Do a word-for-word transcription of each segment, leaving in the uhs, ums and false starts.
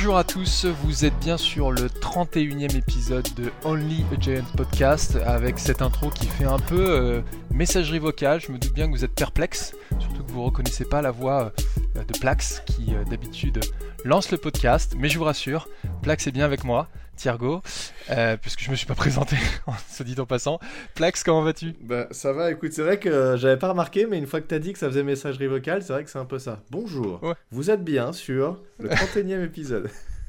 Bonjour à tous, vous êtes bien sur le trente et unième épisode de Only a Giant Podcast avec cette intro qui fait un peu euh, messagerie vocale. Je me doute bien que vous êtes perplexe, surtout que vous ne reconnaissez pas la voix euh, de Plax qui euh, d'habitude lance le podcast, mais je vous rassure, Plax est bien avec moi, Thiergo, euh, puisque je me suis pas présenté, se dit en passant. Plax, comment vas-tu ? Bah ça va, écoute, c'est vrai que j'avais pas remarqué, mais une fois que t'as dit que ça faisait messagerie vocale, c'est vrai que c'est un peu ça. Bonjour, ouais. Vous êtes bien sur le trente et unième épisode.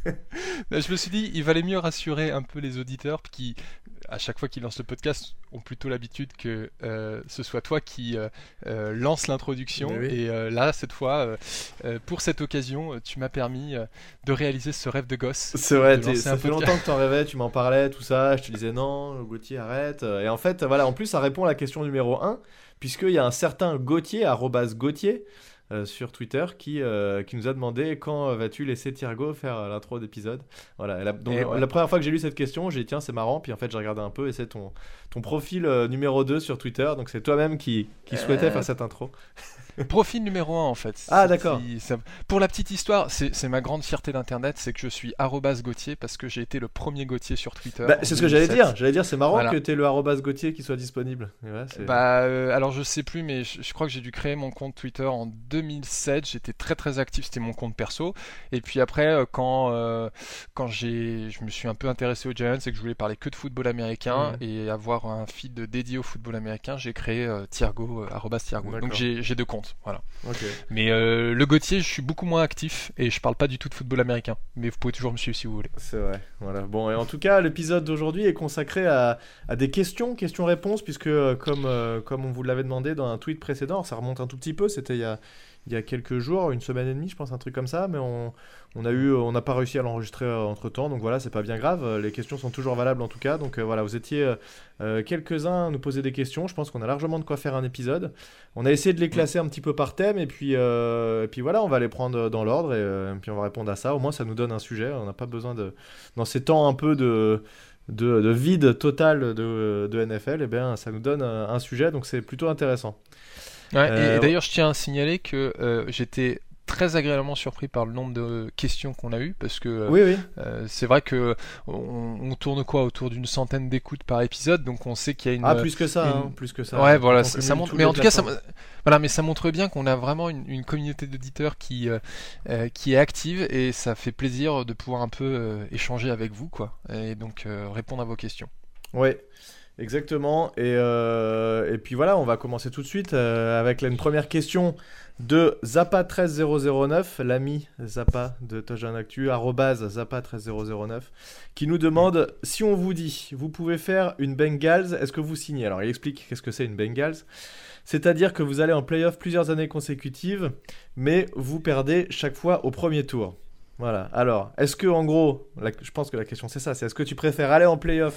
Je me suis dit, il valait mieux rassurer un peu les auditeurs qui, à chaque fois qu'ils lancent le podcast, ont plutôt l'habitude que euh, ce soit toi qui euh, euh, lance l'introduction. Oui. Et euh, là, cette fois, euh, pour cette occasion, tu m'as permis euh, de réaliser ce rêve de gosse. C'est vrai, ça fait longtemps que t'en rêvais, tu m'en parlais, tout ça. Je te disais non, Gauthier, arrête. Et en fait, voilà, en plus, ça répond à la question numéro un, puisqu'il y a un certain Gauthier, arrobase Gauthier, Euh, sur Twitter qui, euh, qui nous a demandé quand euh, vas-tu laisser Thiergo faire euh, l'intro d'épisode. Voilà, la, donc, ouais. La première fois que j'ai lu cette question, j'ai dit tiens, c'est marrant, puis en fait j'ai regardé un peu et c'est ton, ton profil euh, numéro deux sur Twitter, donc c'est toi-même qui, qui souhaitait euh... faire cette intro. Profil numéro un en fait. Ah c'est, d'accord. C'est, pour la petite histoire, c'est, c'est ma grande fierté d'internet, c'est que je suis arrobase Gauthier parce que j'ai été le premier Gauthier sur Twitter. Bah, c'est ce que j'allais dire. J'allais dire, c'est marrant voilà. que t'aies le arrobase Gauthier qui soit disponible. Ouais, c'est... Bah euh, alors je sais plus, mais je, je crois que j'ai dû créer mon compte Twitter en deux mille sept. J'étais très très actif, c'était mon compte perso. Et puis après, euh, quand euh, quand j'ai, je me suis un peu intéressé aux Giants, c'est que je voulais parler que de football américain mmh. et avoir un feed dédié au football américain. J'ai créé euh, Thiergo, euh, arrobase Thiergo. D'accord. Donc j'ai, j'ai deux comptes, voilà. Okay. Mais euh, le Gauthier, je suis beaucoup moins actif et je parle pas du tout de football américain. Mais vous pouvez toujours me suivre si vous voulez. C'est vrai. Voilà. Bon, et en tout cas, l'épisode d'aujourd'hui est consacré à, à des questions, questions-réponses, puisque euh, comme euh, comme on vous l'avait demandé dans un tweet précédent, ça remonte un tout petit peu. C'était il y a il y a quelques jours, une semaine et demie, je pense, un truc comme ça. Mais on on a eu, on n'a pas réussi à l'enregistrer euh, entre temps. Donc voilà, c'est pas bien grave. Les questions sont toujours valables en tout cas. Donc euh, voilà, vous étiez euh, quelques-uns à nous poser des questions. Je pense qu'on a largement de quoi faire un épisode. On a essayé de les classer un petit peu par thème et puis, euh, et puis voilà, on va les prendre dans l'ordre et, euh, et puis on va répondre à ça. Au moins, ça nous donne un sujet. On n'a pas besoin de, dans ces temps un peu de, de, de vide total de, de N F L, eh bien, ça nous donne un, un sujet, donc c'est plutôt intéressant. Ouais, euh, et, et d'ailleurs, je tiens à signaler que euh, j'étais très agréablement surpris par le nombre de questions qu'on a eues parce que oui, oui. Euh, c'est vrai que on, on tourne quoi autour d'une centaine d'écoutes par épisode, donc on sait qu'il y a une ah plus que ça, une... hein, plus que ça. Ouais, voilà, ça, ça montre. Mais en tout cas, ça, voilà, mais ça montre bien qu'on a vraiment une, une communauté d'auditeurs qui euh, euh, qui est active et ça fait plaisir de pouvoir un peu euh, échanger avec vous, quoi, et donc euh, répondre à vos questions. Ouais. Exactement, et, euh, et puis voilà, on va commencer tout de suite euh, avec une première question de Zappa treize zéro zéro neuf, l'ami Zappa de Touchdown Actu, arrobase Zappa treize zéro zéro neuf, qui nous demande si on vous dit, vous pouvez faire une Bengals, est-ce que vous signez ? Alors il explique qu'est-ce que c'est une Bengals, c'est-à-dire que vous allez en play-off plusieurs années consécutives, mais vous perdez chaque fois au premier tour. Voilà, alors, est-ce que en gros, la, je pense que la question c'est ça, c'est est-ce que tu préfères aller en play-off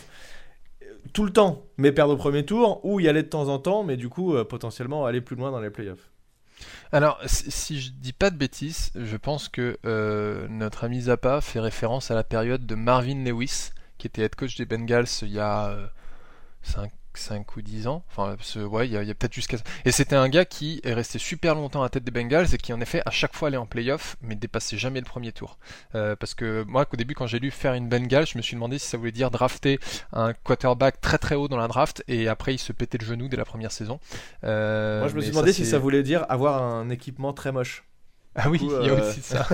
tout le temps, mais perdre au premier tour, ou y aller de temps en temps, mais du coup, euh, potentiellement aller plus loin dans les playoffs. Alors, si, si je dis pas de bêtises, je pense que euh, notre ami Zappa fait référence à la période de Marvin Lewis, qui était head coach des Bengals il y a euh, cinq ou dix ans. Enfin, ce, ouais, il y, a, il y a peut-être jusqu'à... Et c'était un gars qui est resté super longtemps à la tête des Bengals et qui, en effet, à chaque fois allait en play-off, mais dépassait jamais le premier tour. Euh, parce que moi, au début, quand j'ai lu faire une Bengals, je me suis demandé si ça voulait dire drafter un quarterback très très haut dans la draft et après, il se pétait le genou dès la première saison. Euh, moi, je me suis demandé ça, si c'est... ça voulait dire avoir un équipement très moche. Ah oui, il y a euh... aussi ça.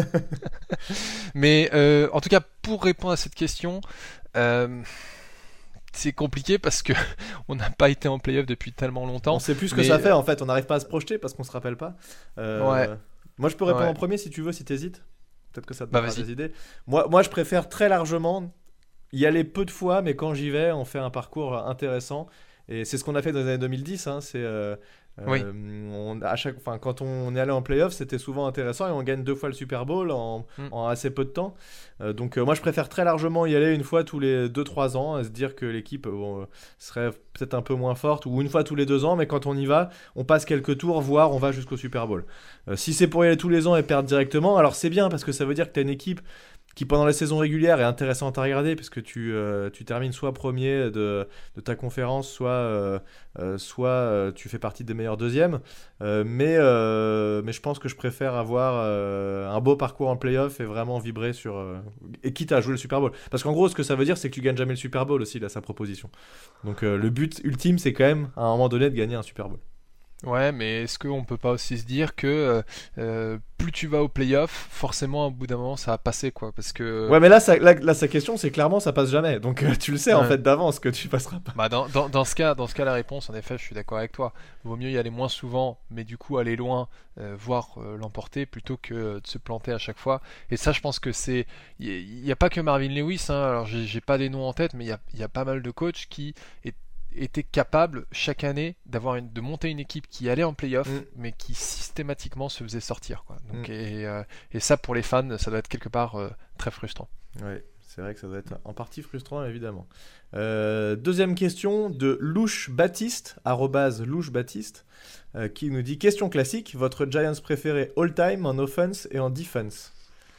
Mais euh, en tout cas, pour répondre à cette question... Euh... c'est compliqué parce que on n'a pas été en play-off depuis tellement longtemps. On sait plus ce que ça fait en fait, on n'arrive pas à se projeter parce qu'on se rappelle pas. Euh, ouais. Moi je peux répondre ouais. en premier si tu veux, si t'hésites. Peut-être que ça te bah, donnera des idées. Moi, moi je préfère très largement y aller peu de fois, mais quand j'y vais, on fait un parcours intéressant. Et c'est ce qu'on a fait dans les années deux mille dix. Hein, c'est euh, oui. euh, on, à chaque, enfin, quand on est allé en play-off, c'était souvent intéressant et on gagne deux fois le Super Bowl en, mm. en assez peu de temps. Euh, donc euh, moi je préfère très largement y aller une fois tous les deux trois ans, à se dire que l'équipe bon, serait peut-être un peu moins forte, ou une fois tous les deux ans, mais quand on y va, on passe quelques tours, voire on va jusqu'au Super Bowl. Euh, si c'est pour y aller tous les ans et perdre directement, alors c'est bien parce que ça veut dire que tu as une équipe qui pendant la saison régulière est intéressante à regarder parce que tu, euh, tu termines soit premier de, de ta conférence, soit, euh, euh, soit euh, tu fais partie des meilleurs deuxièmes. Euh, mais, euh, mais je pense que je préfère avoir euh, un beau parcours en playoff et vraiment vibrer sur... Euh, et quitte à jouer le Super Bowl. Parce qu'en gros, ce que ça veut dire, c'est que tu gagnes jamais le Super Bowl aussi, là, sa proposition. Donc euh, le but ultime, c'est quand même, à un moment donné, de gagner un Super Bowl. Ouais, mais est-ce qu'on peut pas aussi se dire que euh, euh, plus tu vas au playoff, forcément, au bout d'un moment, ça va passer, quoi, parce que... Ouais, mais là, ça, là, là, sa question, c'est clairement, ça passe jamais. Donc euh, tu le sais, en Ouais. fait, d'avance que tu passeras pas. Bah dans, dans, dans ce cas, dans ce cas, la réponse, en effet, je suis d'accord avec toi. Vaut mieux y aller moins souvent, mais du coup aller loin, euh, voire euh, l'emporter, plutôt que euh, de se planter à chaque fois. Et ça, je pense que c'est... Il n'y a pas que Marvin Lewis, hein, alors j'ai j'ai pas des noms en tête, mais il y a, y a pas mal de coachs qui... est- étaient capables chaque année d'avoir une, de monter une équipe qui allait en playoff, Mm. mais qui systématiquement se faisait sortir, quoi. Donc, Mm. et, euh, et ça, pour les fans, ça doit être quelque part euh, très frustrant. Ouais, c'est vrai que ça doit être en partie frustrant, évidemment. Euh, deuxième question de Louche Baptiste, arrobase Louche Baptiste, euh, qui nous dit question classique, votre Giants préféré all-time en offense et en defense.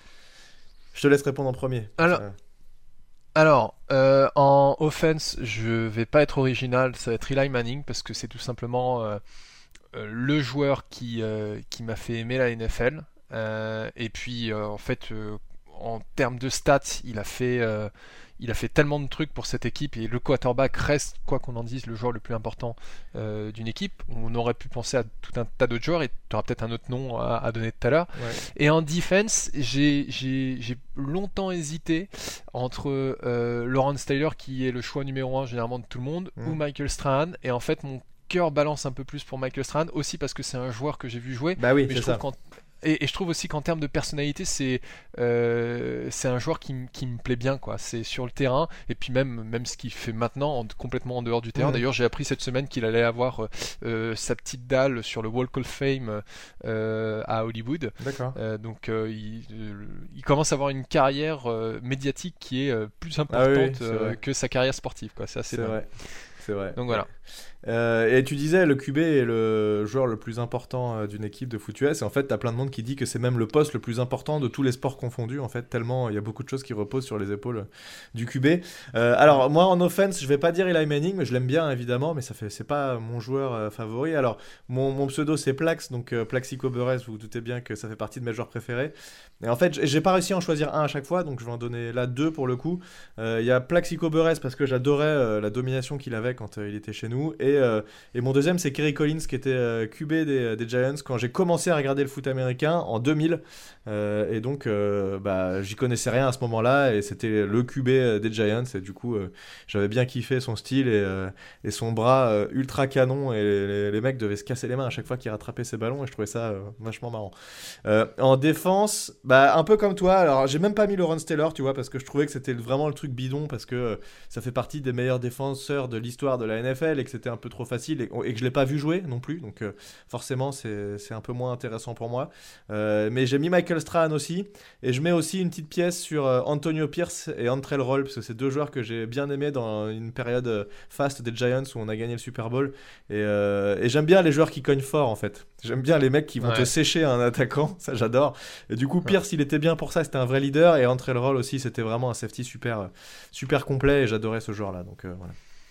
Je te laisse répondre en premier. Alors, Ça- Alors, euh, en offense, je vais pas être original, ça va être Eli Manning parce que c'est tout simplement euh, euh, le joueur qui, euh, qui m'a fait aimer la N F L. Euh, et puis, euh, en fait, euh, en termes de stats, il a fait, euh, il a fait tellement de trucs pour cette équipe et le quarterback reste, quoi qu'on en dise, le joueur le plus important euh, d'une équipe. On aurait pu penser à tout un tas d'autres joueurs et tu auras peut-être un autre nom à, à donner tout à l'heure. ouais. Et en defense, j'ai, j'ai, j'ai longtemps hésité entre euh, Lawrence Taylor, qui est le choix numéro un généralement de tout le monde, Mm. ou Michael Strahan. Et en fait, mon cœur balance un peu plus pour Michael Strahan, aussi parce que c'est un joueur que j'ai vu jouer. Bah oui, Mais c'est je trouve ça. qu'en et, et je trouve aussi qu'en termes de personnalité, c'est euh, c'est un joueur qui, m- qui me plaît bien, quoi. C'est sur le terrain et puis même même ce qu'il fait maintenant, en- complètement en dehors du terrain. Mhm. D'ailleurs, j'ai appris cette semaine qu'il allait avoir euh, euh, sa petite dalle sur le Walk of Fame euh, à Hollywood. D'accord. Euh, donc euh, il, euh, il commence à avoir une carrière euh, médiatique qui est euh, plus Ah importante oui, oui, c'est euh, vrai. que sa carrière sportive, quoi. C'est assez C'est dingue. vrai. C'est vrai. Donc voilà. Euh, et tu disais, le Q B est le joueur le plus important euh, d'une équipe de foot U S. Et en fait, t'as plein de monde qui dit que c'est même le poste le plus important de tous les sports confondus. En fait, tellement il y a beaucoup de choses qui reposent sur les épaules du Q B. Euh, alors, moi, en offense, je vais pas dire Eli Manning, mais je l'aime bien, évidemment. Mais ça fait, c'est pas mon joueur euh, favori. Alors, mon, mon pseudo, c'est Plax. Donc, euh, Plaxico Burress, vous vous doutez bien que ça fait partie de mes joueurs préférés. Et en fait, j'ai j'ai pas réussi à en choisir un à chaque fois. Donc, je vais en donner là deux pour le coup. Euh, Il y a Plaxico Burress parce que j'adorais euh, la domination qu'il avait quand euh, il était chez nous. Et, euh, et mon deuxième, c'est Kerry Collins qui était euh, Q B des, des Giants quand j'ai commencé à regarder le foot américain en deux mille. Euh, et donc, euh, bah, j'y connaissais rien à ce moment-là. Et c'était le Q B des Giants. Et du coup, euh, j'avais bien kiffé son style et, euh, et son bras euh, ultra canon. Et les, les mecs devaient se casser les mains à chaque fois qu'il rattrapait ses ballons. Et je trouvais ça euh, vachement marrant. Euh, en défense, bah, un peu comme toi. Alors, j'ai même pas mis Lawrence Taylor, tu vois, parce que je trouvais que c'était vraiment le truc bidon. Parce que euh, ça fait partie des meilleurs défenseurs de l'histoire de la N F L et que c'était un peu trop facile et, et que je l'ai pas vu jouer non plus. Donc, euh, forcément, c'est, c'est un peu moins intéressant pour moi. Euh, mais j'ai mis Michael Strahan aussi. Et je mets aussi une petite pièce sur euh, Antonio Pierce et Antrell Roll, parce que c'est deux joueurs que j'ai bien aimés dans une période euh, faste des Giants où on a gagné le Super Bowl. Et, euh, et j'aime bien les joueurs qui cognent fort, en fait. J'aime bien les mecs qui vont Ouais. te sécher un attaquant, ça j'adore. Et du coup, Pierce, il était bien pour ça, c'était un vrai leader. Et Antrell Roll aussi, c'était vraiment un safety super, super complet. Et j'adorais ce joueur-là. Donc euh, voilà.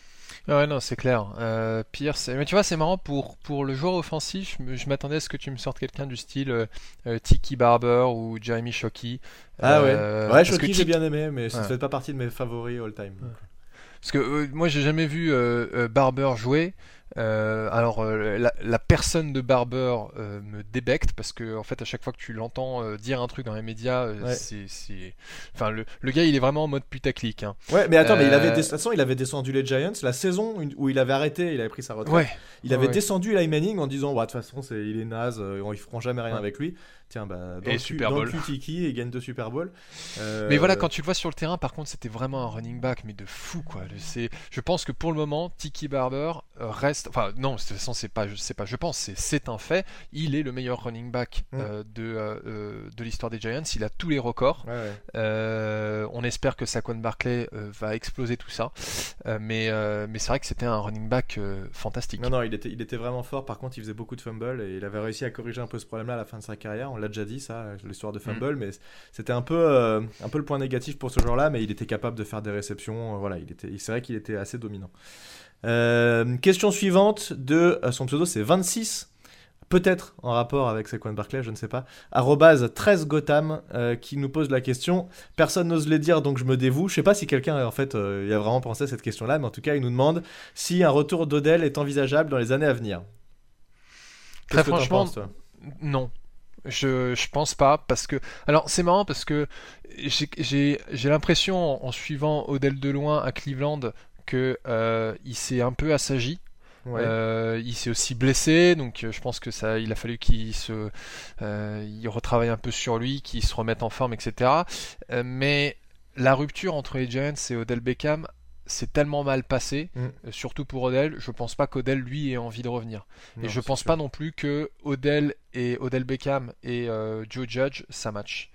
Ah ouais, non, c'est clair. Euh, Pierce, mais tu vois, c'est marrant pour, pour le joueur offensif. Je, me- je m'attendais à ce que tu me sortes quelqu'un du style euh, euh, Tiki Barber ou Jeremy Shockey. Ah ouais, Euh, ouais, parce Shockey, que j'ai Tiki- bien aimé, mais ça Ouais. fait pas partie de mes favoris all-time. Ouais. Parce que euh, moi, j'ai jamais vu euh, euh, Barber jouer. Euh, alors, euh, la, la personne de Barber euh, me débecte parce que, en fait, à chaque fois que tu l'entends euh, dire un truc dans les médias, euh, Ouais. c'est, c'est... Enfin, le, le gars, il est vraiment en mode putaclic, hein. Ouais, mais attends, mais il avait Euh, des... de toute façon, il avait descendu les Giants la saison où il avait arrêté, il avait pris sa retraite. Ouais. Il avait Ouais. descendu Eli Manning en disant, bah, de toute façon, c'est... il est naze, euh, ils feront jamais rien Ouais. avec lui. Tiens, bah, dans Et le Super cul, dans Bowl. le cul Tiki, il gagne deux Super Bowl. Euh, Mais voilà, quand tu le vois sur le terrain, par contre, c'était vraiment un running back, mais de fou, quoi. C'est, je pense que pour le moment, Tiki Barber euh, reste. Enfin, non, de toute façon, c'est pas, je sais pas, je pense, c'est, c'est un fait. Il est le meilleur running back Mm. euh, de, euh, euh, de l'histoire des Giants. Il a tous les records. Ouais, ouais. Euh, on espère que Saquon Barkley euh, va exploser tout ça. Euh, mais, euh, mais c'est vrai que c'était un running back euh, fantastique. Non, non, il était, il était vraiment fort. Par contre, il faisait beaucoup de fumbles et il avait réussi à corriger un peu ce problème-là à la fin de sa carrière. On l'a déjà dit ça, l'histoire de fumble, mmh. mais c'était un peu, euh, un peu le point négatif pour ce joueur-là, mais il était capable de faire des réceptions, euh, voilà, il était, c'est vrai qu'il était assez dominant. Euh, question suivante de euh, son pseudo, c'est vingt-six, peut-être en rapport avec Saquon Barkley, je ne sais pas, arrobase treize Gotham, euh, qui nous pose la question. Personne n'ose le dire, donc je me dévoue. Je ne sais pas si quelqu'un en fait, euh, il a vraiment pensé à cette question-là, mais en tout cas, il nous demande si un retour d'Odell est envisageable dans les années à venir. Qu'est-ce Très franchement, penses, non. Je, je pense pas, parce que... Alors, c'est marrant, parce que j'ai, j'ai, j'ai l'impression, en suivant Odell de loin à Cleveland, qu'il euh, s'est un peu assagi. Ouais. Euh, il s'est aussi blessé, donc je pense que ça, il a fallu qu'il se, euh, il retravaille un peu sur lui, qu'il se remette en forme, et cetera. Euh, mais la rupture entre les Giants et Odell Beckham, c'est tellement mal passé, mm. euh, surtout pour Odell. Je pense pas qu'Odell lui ait envie de revenir. Non, et je pense sûr. pas non plus que Odell et Odell Beckham et euh, Joe Judge ça match.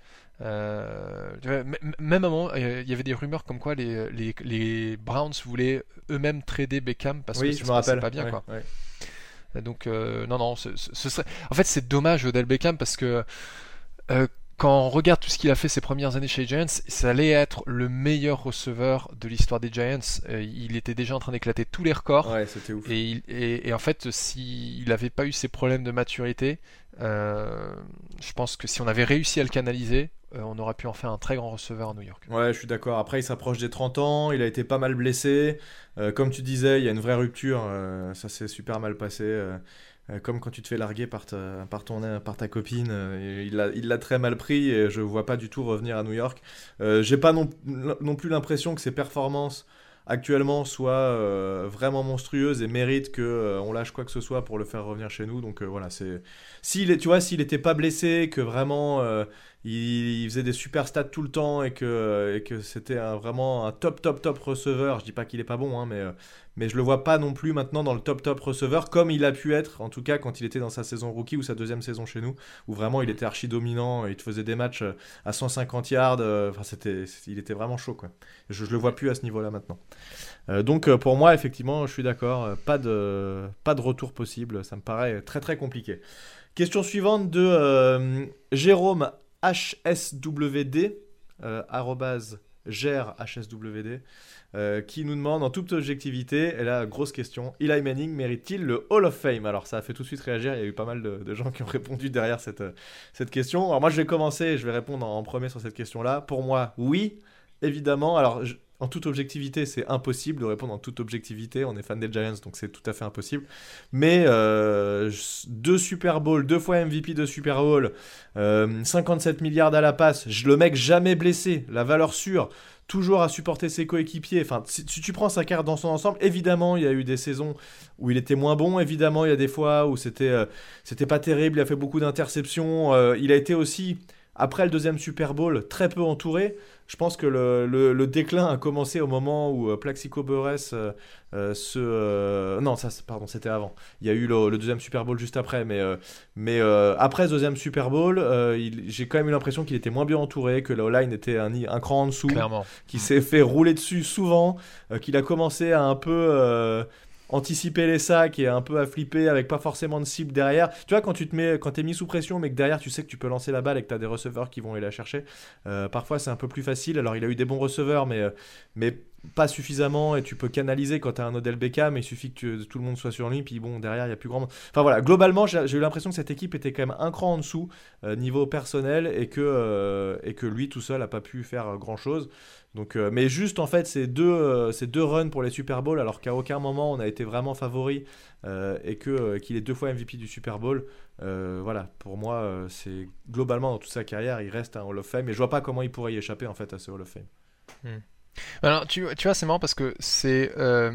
Euh, même à un moment, il y avait des rumeurs comme quoi les, les, les Browns voulaient eux-mêmes trader Beckham parce oui, que ça se passait pas bien, ouais, quoi. Ouais. Donc euh, non non, ce, ce serait... en fait c'est dommage Odell Beckham parce que euh, quand on regarde tout ce qu'il a fait ces premières années chez les Giants, ça allait être le meilleur receveur de l'histoire des Giants. Euh, il était déjà en train d'éclater tous les records. Ouais, c'était ouf. Et, il, et, et en fait, s'il n'avait pas eu ces problèmes de maturité, euh, je pense que si on avait réussi à le canaliser, euh, on aurait pu en faire un très grand receveur à New York. Ouais, je suis d'accord. Après, il s'approche des trente ans, il a été pas mal blessé. Euh, comme tu disais, il y a une vraie rupture. Euh, ça s'est super mal passé. Euh, Comme quand tu te fais larguer par ta, par ton, par ta copine, euh, il, l'a, il l'a très mal pris et je ne vois pas du tout revenir à New York. Euh, j'ai pas non, non plus l'impression que ses performances actuellement soient euh, vraiment monstrueuses et méritent qu'on euh, lâche quoi que ce soit pour le faire revenir chez nous. Donc euh, voilà, c'est... S'il est, tu vois, s'il n'était pas blessé, que vraiment euh, il, il faisait des super stats tout le temps et que, et que c'était un, vraiment un top, top, top receveur, je dis pas qu'il est pas bon, hein, mais... Euh, mais je le vois pas non plus maintenant dans le top top receveur comme il a pu être, en tout cas quand il était dans sa saison rookie ou sa deuxième saison chez nous, où vraiment il était archi dominant, il te faisait des matchs à cent cinquante yards, enfin c'était, il était vraiment chaud, quoi. Je, je le vois plus à ce niveau-là maintenant. Euh, donc pour moi effectivement je suis d'accord, pas de, pas de retour possible, ça me paraît très très compliqué. Question suivante de euh, Jérôme H S W D, euh, arrobase gère H S W D. Euh, qui nous demande en toute objectivité, et là grosse question, Eli Manning mérite-t-il le Hall of Fame? Alors ça a fait tout de suite réagir, il y a eu pas mal de, de gens qui ont répondu derrière cette, cette question. Alors moi je vais commencer, je vais répondre en, en premier sur cette question-là. Pour moi, oui, évidemment. Alors je, en toute objectivité, c'est impossible de répondre en toute objectivité, on est fan des Giants donc c'est tout à fait impossible. Mais euh, deux Super Bowl, deux fois M V P de Super Bowl, euh, cinquante-sept milliards à la passe, le mec jamais blessé, la valeur sûre, toujours à supporter ses coéquipiers. Enfin, si, si tu prends sa carte dans son ensemble, évidemment, il y a eu des saisons où il était moins bon. Évidemment, il y a des fois où c'était, euh, c'était pas terrible. Il a fait beaucoup d'interceptions. Euh, il a été aussi, après le deuxième Super Bowl, très peu entouré. Je pense que le, le, le déclin a commencé au moment où euh, Plaxico Burress euh, euh, se... Euh, non, ça, pardon, c'était avant. Il y a eu le, le deuxième Super Bowl juste après. Mais, euh, mais euh, après ce deuxième Super Bowl, euh, il, j'ai quand même eu l'impression qu'il était moins bien entouré, que la O-line était un, un cran en dessous. Clairement. Qu'il s'est fait rouler dessus souvent, euh, qu'il a commencé à un peu... Euh, anticiper les sacs et un peu à flipper avec pas forcément de cible derrière. Tu vois, quand tu te mets, quand t'es mis sous pression, mais que derrière tu sais que tu peux lancer la balle et que t'as des receveurs qui vont aller la chercher, euh, parfois c'est un peu plus facile. Alors il a eu des bons receveurs, mais, euh, mais pas suffisamment, et tu peux canaliser quand t'as un Odell Beckham, et il suffit que tu, tout le monde soit sur lui, puis bon, derrière il y a plus grand monde. Enfin voilà, globalement j'ai, j'ai eu l'impression que cette équipe était quand même un cran en dessous euh, niveau personnel, et que, euh, et que lui tout seul a pas pu faire grand chose. Donc, euh, mais juste en fait ces deux, euh, ces deux runs pour les Super Bowl, alors qu'à aucun moment on a été vraiment favori, euh, et que, euh, qu'il est deux fois M V P du Super Bowl, euh, voilà, pour moi euh, c'est globalement dans toute sa carrière il reste un Hall of Fame, et je vois pas comment il pourrait y échapper en fait à ce Hall of Fame. Hmm. Alors tu, tu vois, c'est marrant parce que c'est euh,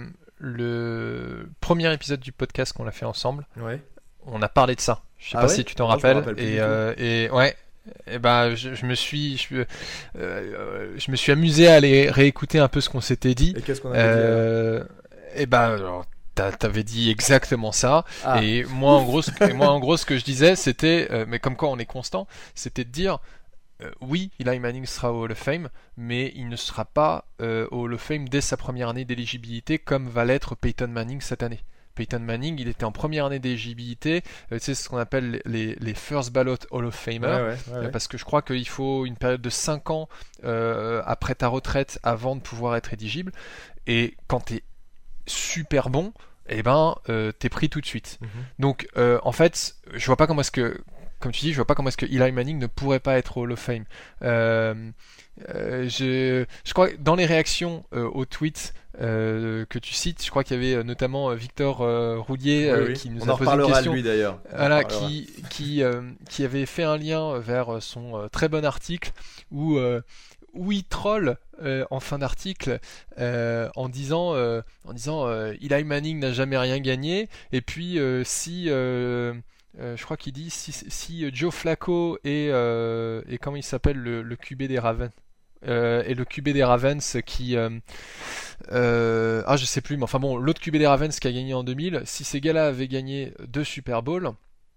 le premier épisode du podcast qu'on a fait ensemble. Ouais. On a parlé de ça. Je sais ah pas ouais si tu t'en ah, rappelles. rappelle et, euh, et ouais. Et ben, je, je me suis, je, euh, je me suis amusé à aller réécouter un peu ce qu'on s'était dit. Et qu'est-ce qu'on avait euh, dit Et ben, alors, t'avais dit exactement ça. Ah. Et moi, en gros, ce que, moi, en gros, ce que je disais, c'était, euh, mais comme quoi on est constant, c'était de dire. Euh, oui, Eli Manning sera au Hall of Fame, mais il ne sera pas euh, au Hall of Fame dès sa première année d'éligibilité comme va l'être Peyton Manning cette année. Peyton Manning, il était en première année d'éligibilité, euh, tu sais, ce qu'on appelle les, les First Ballot Hall of Famer, Ouais, ouais, ouais, euh, ouais. parce que je crois qu'il faut une période de cinq ans euh, après ta retraite avant de pouvoir être éligible, et quand tu es super bon, eh ben, euh, t'es pris tout de suite. Mhm. Donc, euh, en fait, je vois pas comment est-ce que, comme tu dis, je vois pas comment est-ce que Eli Manning ne pourrait pas être au Hall of Fame. Euh, euh, je, je crois que dans les réactions euh, aux tweets euh, que tu cites, je crois qu'il y avait euh, notamment euh, Victor euh, Roulier Oui, euh, oui. qui nous On a en posé une reparlera question. de lui d'ailleurs. On en Voilà, reparlera. qui, qui, euh, qui avait fait un lien vers son euh, très bon article où, euh, où il troll euh, en fin d'article euh, en disant, euh, en disant euh, Eli Manning n'a jamais rien gagné, et puis euh, si, euh, euh, je crois qu'il dit, si, si Joe Flacco et, euh, et comment il s'appelle le, le Q B des Ravens euh, et le Q B des Ravens qui euh, euh, ah je sais plus, mais enfin bon, l'autre Q B des Ravens qui a gagné en deux mille, si ces gars-là avaient gagné deux Super Bowls,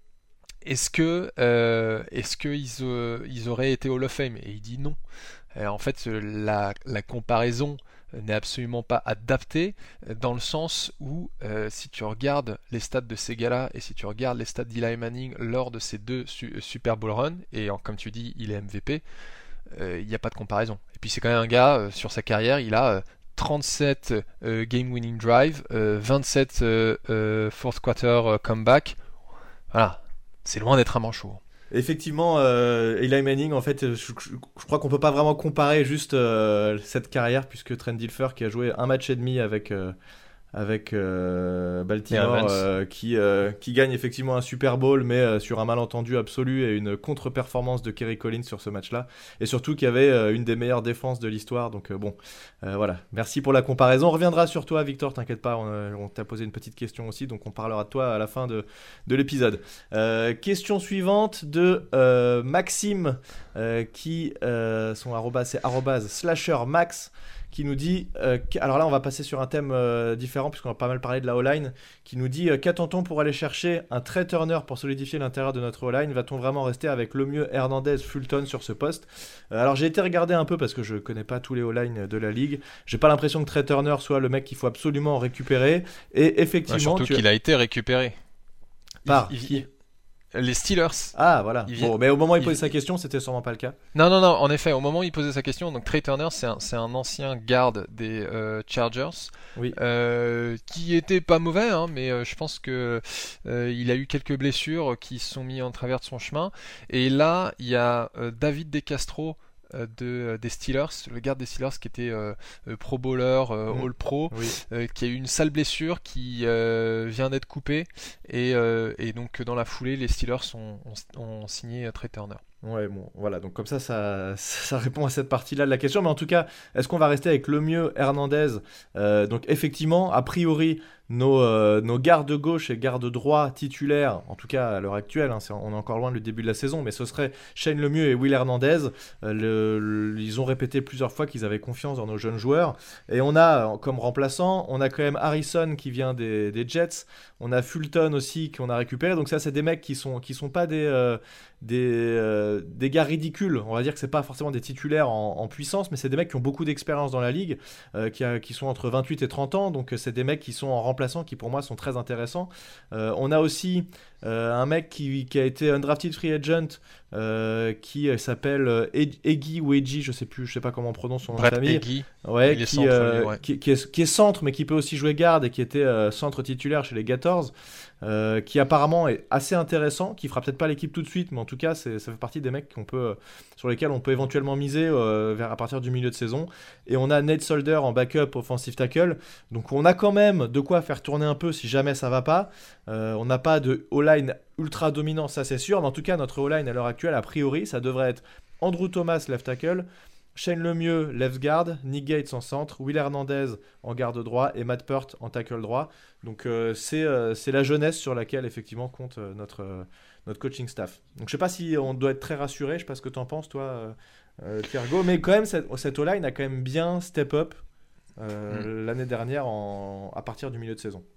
est-ce que euh, est-ce qu'ils euh, ils auraient été Hall of Fame? Et il dit non. Euh, en fait, la, la comparaison n'est absolument pas adaptée dans le sens où euh, si tu regardes les stats de ces gars-là et si tu regardes les stats d'Eli Manning lors de ces deux su- Super Bowl runs, et en, comme tu dis, il est M V P, il n'y a pas de comparaison. Et puis c'est quand même un gars, euh, sur sa carrière, il a euh, trente-sept euh, game winning drive, euh, vingt-sept euh, euh, fourth quarter euh, comeback. Voilà, c'est loin d'être un manchot. Effectivement, euh, Eli Manning, en fait, je, je- je crois qu'on peut pas vraiment comparer juste euh, cette carrière, puisque Trent Dilfer, qui a joué un match et demi avec, euh, avec euh, Baltimore, Ravens. euh, qui, euh, qui gagne effectivement un Super Bowl, mais euh, sur un malentendu absolu et une contre-performance de Kerry Collins sur ce match-là, et surtout qu'il y avait euh, une des meilleures défenses de l'histoire. Donc euh, bon, euh, voilà, merci pour la comparaison. On reviendra sur toi, Victor, t'inquiète pas, on, euh, on t'a posé une petite question aussi, donc on parlera de toi à la fin de, de l'épisode. Euh, question suivante de euh, Maxime, euh, qui euh, son arrobas, c'est arrobas slasher max, qui nous dit, euh, qu- alors là on va passer sur un thème euh, différent puisqu'on a pas mal parlé de la O-line, qui nous dit euh, qu'attend-on pour aller chercher un Trey Turner pour solidifier l'intérieur de notre O-line? Va-t-on vraiment rester avec Lemieux, Hernandez, Fulton sur ce poste? Euh, Alors j'ai été regarder un peu parce que je connais pas tous les O-line de la ligue. J'ai pas l'impression que Trey Turner soit le mec qu'il faut absolument récupérer. Et Ouais, effectivement, surtout tu... qu'il a été récupéré. Il- par il- qui? il- les Steelers. Ah voilà. Il vient- Bon, mais au moment où il il- posait sa question, c'était sûrement pas le cas. Non, non, non, en effet, au moment où il posait sa question, donc Trey Turner, c'est un, c'est un ancien garde des euh, Chargers, Oui. euh, qui était pas mauvais, hein, mais euh, je pense que euh, il a eu quelques blessures qui se sont mis en travers de son chemin. Et là, il y a euh, David DeCastro euh, de, euh, des Steelers, le garde des Steelers qui était euh, euh, Pro Bowler, euh, Mhm. All Pro, Oui. euh, qui a eu une sale blessure, qui euh, vient d'être coupé, et, euh, et donc dans la foulée, les Steelers ont, ont, ont signé Trey Turner. Ouais, bon, voilà, donc comme ça, ça, ça répond à cette partie-là de la question. Mais en tout cas, est-ce qu'on va rester avec Lemieux, Hernandez? Euh, Donc effectivement, a priori, nos, euh, nos gardes gauche et gardes droit titulaires, en tout cas à l'heure actuelle, hein, c'est- on est encore loin du début de la saison, mais ce serait Shane Lemieux et Will Hernandez. Euh, le- le- ils ont répété plusieurs fois qu'ils avaient confiance dans nos jeunes joueurs. Et on a, euh, comme remplaçant, on a quand même Harrison qui vient des, des Jets. On a Fulton aussi qu'on a récupéré. Donc ça, c'est des mecs qui sont, qui sont pas des... euh, des, euh, des gars ridicules. On va dire que c'est pas forcément des titulaires en, en puissance, mais c'est des mecs qui ont beaucoup d'expérience dans la ligue, euh, qui, a- qui sont entre vingt-huit et trente ans, donc euh, c'est des mecs qui sont en remplaçant, qui pour moi sont très intéressants. Euh, on a aussi euh, un mec qui, qui a été undrafted free agent, euh, qui euh, s'appelle euh, Eg- Eggy ou Eggy, je sais plus, je sais pas comment on prononce son nom de Brett famille. Eggy, Ouais, il est qui, centre, euh, lui, ouais. qui, qui est, qui est centre, mais qui peut aussi jouer garde et qui était euh, centre titulaire chez les Gators, euh, qui apparemment est assez intéressant, qui fera peut-être pas l'équipe tout de suite, mais en tout cas, c'est, ça fait partie des mecs qu'on peut, euh, sur lesquels on peut éventuellement miser euh, vers, à partir du milieu de saison. Et on a Nate Solder en backup offensive tackle, donc on a quand même de quoi faire tourner un peu si jamais ça va pas. Euh, on n'a pas de O-line ultra dominant, ça c'est sûr, mais en tout cas, notre O-line à l'heure actuelle, a priori, ça devrait être Andrew Thomas left tackle, Shane Lemieux, left guard, Nick Gates en centre, Will Hernandez en garde droit et Matt Peart en tackle droit. Donc euh, c'est, euh, c'est la jeunesse sur laquelle effectivement compte euh, notre, euh, notre coaching staff. Donc je sais pas si on doit être très rassuré, je sais pas ce que tu en penses toi, euh, euh, Thiergo, mais quand même cette, cette O-line a quand même bien step up euh, mm. l'année dernière en, à partir du milieu de saison.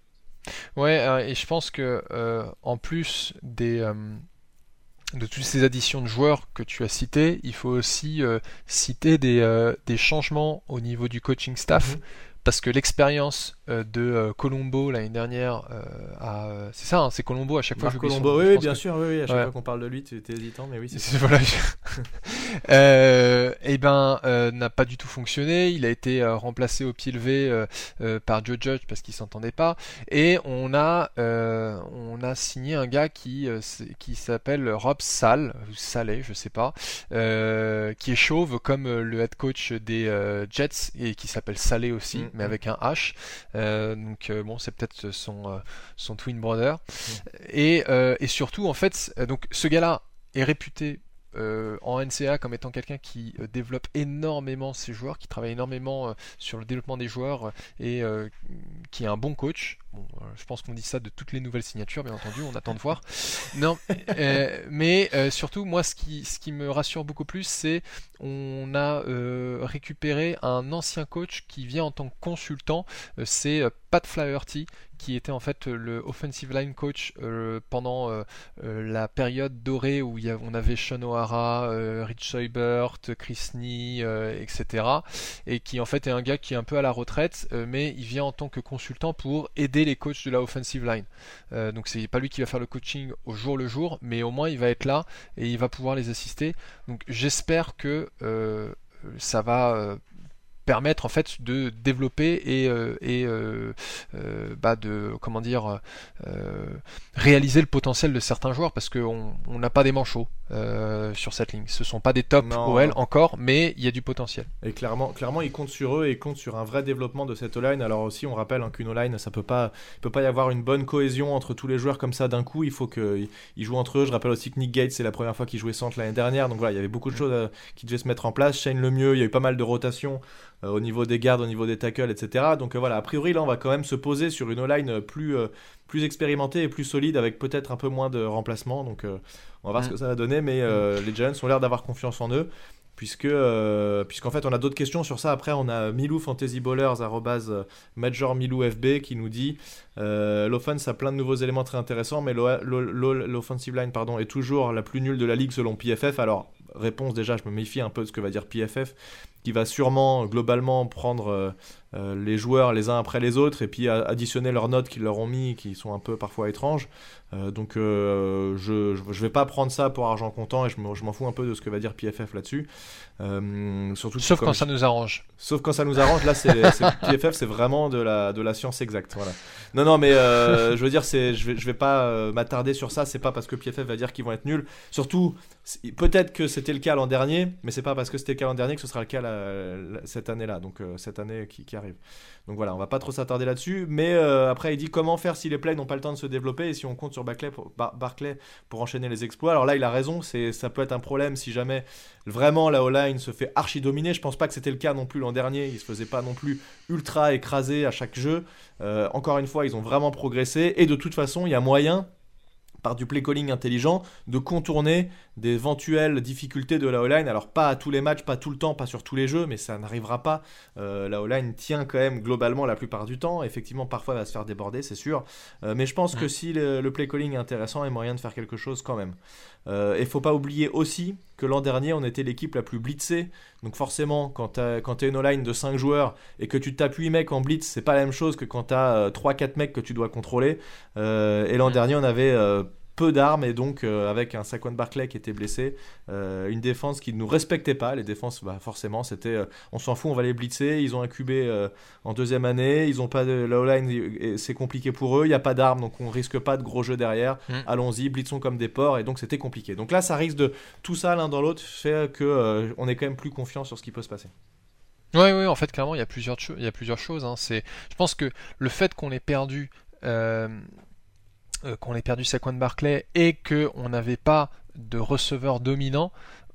Ouais, euh, et je pense que euh, en plus des... Euh... de toutes ces additions de joueurs que tu as citées, il faut aussi euh, citer des, euh, des changements au niveau du coaching staff, mmh. parce que l'expérience euh, de euh, Colombo l'année dernière, euh, a, euh, c'est ça, hein, c'est Colombo à chaque fois. Marc Colombo, oui, oui bien que... sûr, oui, oui, à chaque ouais. fois qu'on parle de lui, tu étais hésitant, mais oui, c'est ça. Voilà. euh, et ben, euh, n'a pas du tout fonctionné. Il a été euh, remplacé au pied levé euh, euh, par Joe Judge parce qu'il s'entendait pas. Et on a, euh, on a signé un gars qui, euh, qui s'appelle Rob Sal, ou Saleh, je sais pas, euh, qui est chauve comme euh, le head coach des euh, Jets et qui s'appelle Saleh aussi, mmh. mais avec un H. Euh, donc euh, bon, c'est peut-être son euh, son twin brother. Mmh. Et euh, et surtout en fait, donc ce gars-là est réputé Euh, en N C A A comme étant quelqu'un qui euh, développe énormément ses joueurs, qui travaille énormément euh, sur le développement des joueurs euh, et euh, qui est un bon coach. Bon, euh, je pense qu'on dit ça de toutes les nouvelles signatures, bien entendu, on attend de voir. Non, euh, mais euh, surtout, moi, ce qui, ce qui me rassure beaucoup plus, c'est on a euh, récupéré un ancien coach qui vient en tant que consultant. Euh, c'est euh, Pat Flaherty, qui était en fait le offensive line coach euh, pendant euh, euh, la période dorée où il y a, on avait Sean O'Hara, euh, Rich Seubert, Chris Nee, euh, et cetera. Et qui en fait est un gars qui est un peu à la retraite, euh, mais il vient en tant que consultant pour aider les coachs de la offensive line. Euh, donc c'est pas lui qui va faire le coaching au jour le jour, mais au moins il va être là et il va pouvoir les assister. Donc j'espère que euh, ça va euh, permettre en fait de développer et, euh, et euh, euh, bah de comment dire euh, réaliser le potentiel de certains joueurs parce qu'on n'a pas des manchots euh, sur cette ligne. Ce sont pas des top non. O L encore, mais il y a du potentiel. Et clairement, clairement, ils comptent sur eux et ils comptent sur un vrai développement de cette O-line. Alors aussi, on rappelle hein, qu'une O-line, ça peut pas, il peut pas y avoir une bonne cohésion entre tous les joueurs comme ça d'un coup. Il faut qu'ils jouent entre eux. Je rappelle aussi que Nick Gates, c'est la première fois qu'il jouait centre l'année dernière. Donc voilà, il y avait beaucoup de choses euh, qui devaient se mettre en place. Shane Lemieux, il y a eu pas mal de rotations euh, au niveau des gardes, au niveau des tackles, et cetera. Donc euh, voilà, a priori, là, on va quand même se poser sur une O-line plus, euh, plus expérimentée et plus solide avec peut-être un peu moins de remplacements. Donc euh, on va voir mmh. ce que ça va donner. Mais euh, mmh. les Giants ont l'air d'avoir confiance en eux. Puisque, euh, puisqu'en fait on a d'autres questions sur ça. Après on a Milou Fantasy Ballers arrobase Major Milou F B qui nous dit euh, l'offense a plein de nouveaux éléments très intéressants, mais l'offensive line pardon, est toujours la plus nulle de la ligue selon P F F. Alors réponse déjà, je me méfie un peu de ce que va dire P F F, qui va sûrement globalement prendre euh, euh, les joueurs les uns après les autres et puis additionner leurs notes qu'ils leur ont mis qui sont un peu parfois étranges. Euh, donc euh, je je vais pas prendre ça pour argent comptant et je m'en fous un peu de ce que va dire P F F là-dessus. Euh, surtout sauf quand je... ça nous arrange. Sauf quand ça nous arrange. Là, c'est, c'est P F F, c'est vraiment de la de la science exacte. Voilà. Non, non, mais euh, je veux dire, c'est je vais je vais pas euh, m'attarder sur ça. C'est pas parce que P F F va dire qu'ils vont être nuls. Surtout, peut-être que c'était le cas l'an dernier, mais c'est pas parce que c'était le cas l'an dernier que ce sera le cas la, la, cette année-là. Donc euh, cette année qui, qui arrive. Donc voilà, on va pas trop s'attarder là-dessus. Mais euh, après, il dit comment faire si les plays n'ont pas le temps de se développer et si on compte sur Barclay pour, Bar- Barclay pour enchaîner les exploits. Alors là, il a raison. C'est ça peut être un problème si jamais vraiment la O-line se fait archi dominer. Je pense pas que c'était le cas non plus l'an dernier. Ils se faisaient pas non plus ultra écrasés à chaque jeu. Euh, encore une fois, ils ont vraiment progressé et de toute façon, il y a moyen, par du play calling intelligent, de contourner d'éventuelles difficultés de la O-line. Alors pas à tous les matchs, pas tout le temps, pas sur tous les jeux, mais ça n'arrivera pas. Euh, la O-line tient quand même globalement la plupart du temps. Effectivement, parfois elle va se faire déborder, c'est sûr. Euh, mais je pense que si le, le play calling est intéressant, il y a moyen de faire quelque chose quand même. Euh, et faut pas oublier aussi que l'an dernier, on était l'équipe la plus blitzée. Donc forcément, quand t'as, quand t'es une O-line de cinq joueurs et que tu tapes huit mecs en blitz, c'est pas la même chose que quand t'as euh, trois quatre mecs que tu dois contrôler. Euh, et l'an dernier, on avait euh, peu d'armes et donc euh, avec un Saquon Barclay qui était blessé, euh, une défense qui ne nous respectait pas. Les défenses, bah, forcément, c'était euh, on s'en fout, on va les blitzer. Ils ont un Q B euh, en deuxième année, ils ont pas de la O-line, c'est compliqué pour eux. Il y a pas d'armes, donc on risque pas de gros jeux derrière. Mmh. Allons-y, blitzons comme des porcs et donc c'était compliqué. Donc là, ça risque de tout ça l'un dans l'autre fait que euh, on est quand même plus confiant sur ce qui peut se passer. Oui, oui, en fait, clairement, il y a plusieurs, cho- il y a plusieurs choses. Hein. C'est, je pense que le fait qu'on ait perdu. Euh, Euh, qu'on ait perdu Saquon Barclay et qu'on n'avait pas de receveur dominant,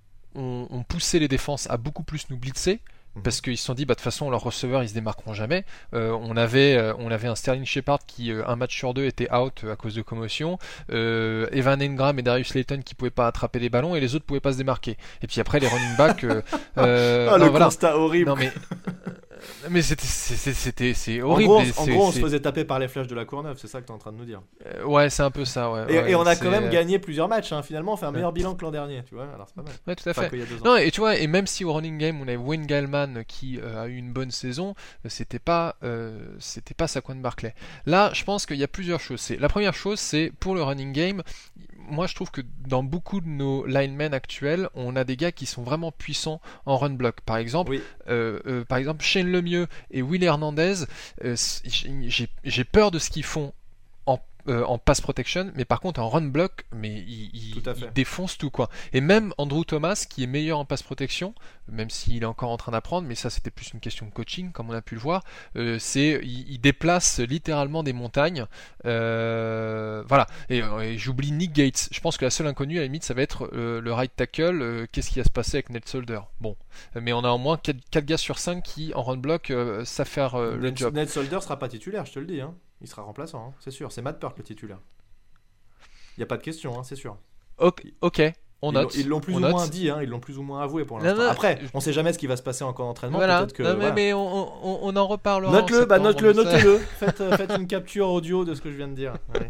on, on poussait les défenses à beaucoup plus nous blitzer parce qu'ils se sont dit bah de toute façon leurs receveurs ils se démarqueront jamais. Euh, on avait euh, on avait un Sterling Shepard qui euh, un match sur deux était out euh, à cause de commotion, euh, Evan Engram et Darius Slayton qui pouvaient pas attraper les ballons et les autres pouvaient pas se démarquer. Et puis après les running backs euh, euh, ah, non, le voilà. constat horrible. Non mais Mais c'était, c'était, c'était, c'est En horrible. gros, et en c'est- gros, on se c'est- faisait taper par les flèches de la Courneuve, c'est ça que tu es en train de nous dire. euh, ouais, c'est un peu ça, ouais. Et, ouais, et on a c'est- quand même gagné plusieurs matchs, hein. Finalement, on fait un meilleur bilan que l'an dernier, tu vois, alors c'est pas mal. Ouais, tout à Enfin, fait. qu'il y a deux ans. Non, et tu vois, et même si au running game on avait Wayne Gallman qui euh, a eu une bonne saison, euh, c'était pas, euh, c'était pas Saquon Barkley. Là, je pense qu'il y a plusieurs choses. C'est la première chose, c'est pour le running game. Moi, je trouve que dans beaucoup de nos linemen actuels, on a des gars qui sont vraiment puissants en run block. Par exemple, Oui. euh, euh, par exemple, Shane Lemieux et Will Hernandez, euh, j'ai, j'ai peur de ce qu'ils font en, euh, en pass protection, mais par contre en run block, mais ils, ils, Tout à fait. ils défoncent tout quoi. Et même Andrew Thomas, qui est meilleur en pass protection, même s'il est encore en train d'apprendre, mais ça c'était plus une question de coaching, comme on a pu le voir, euh, c'est il, il déplace littéralement des montagnes. Euh, voilà. Et, et j'oublie Nick Gates. Je pense que la seule inconnue à la limite, ça va être euh, le right tackle. Euh, qu'est-ce qui va se passer avec Ned Solder? Bon, mais on a au moins quatre gars sur cinq qui en run block euh, savent faire euh, le Ned, job. Ned Solder sera pas titulaire, je te le dis. Hein. Il sera remplaçant, hein, c'est sûr. C'est Matt Peart le titulaire. Il y a pas de question, hein, c'est sûr. Ok, ok, on Ils note. l'ont- Ils l'ont plus on ou note. moins dit, hein, ils l'ont plus ou moins avoué pour Non, l'instant. non, Après, je- on sait jamais ce qui va se passer encore en entraînement. Voilà. Peut-être que. Non, mais, voilà. mais on, on- on en reparlera. Note-le, en bah septembre, note-le, mais ça- notez-le. Faites, euh, faites une capture audio de ce que je viens de dire. Ouais.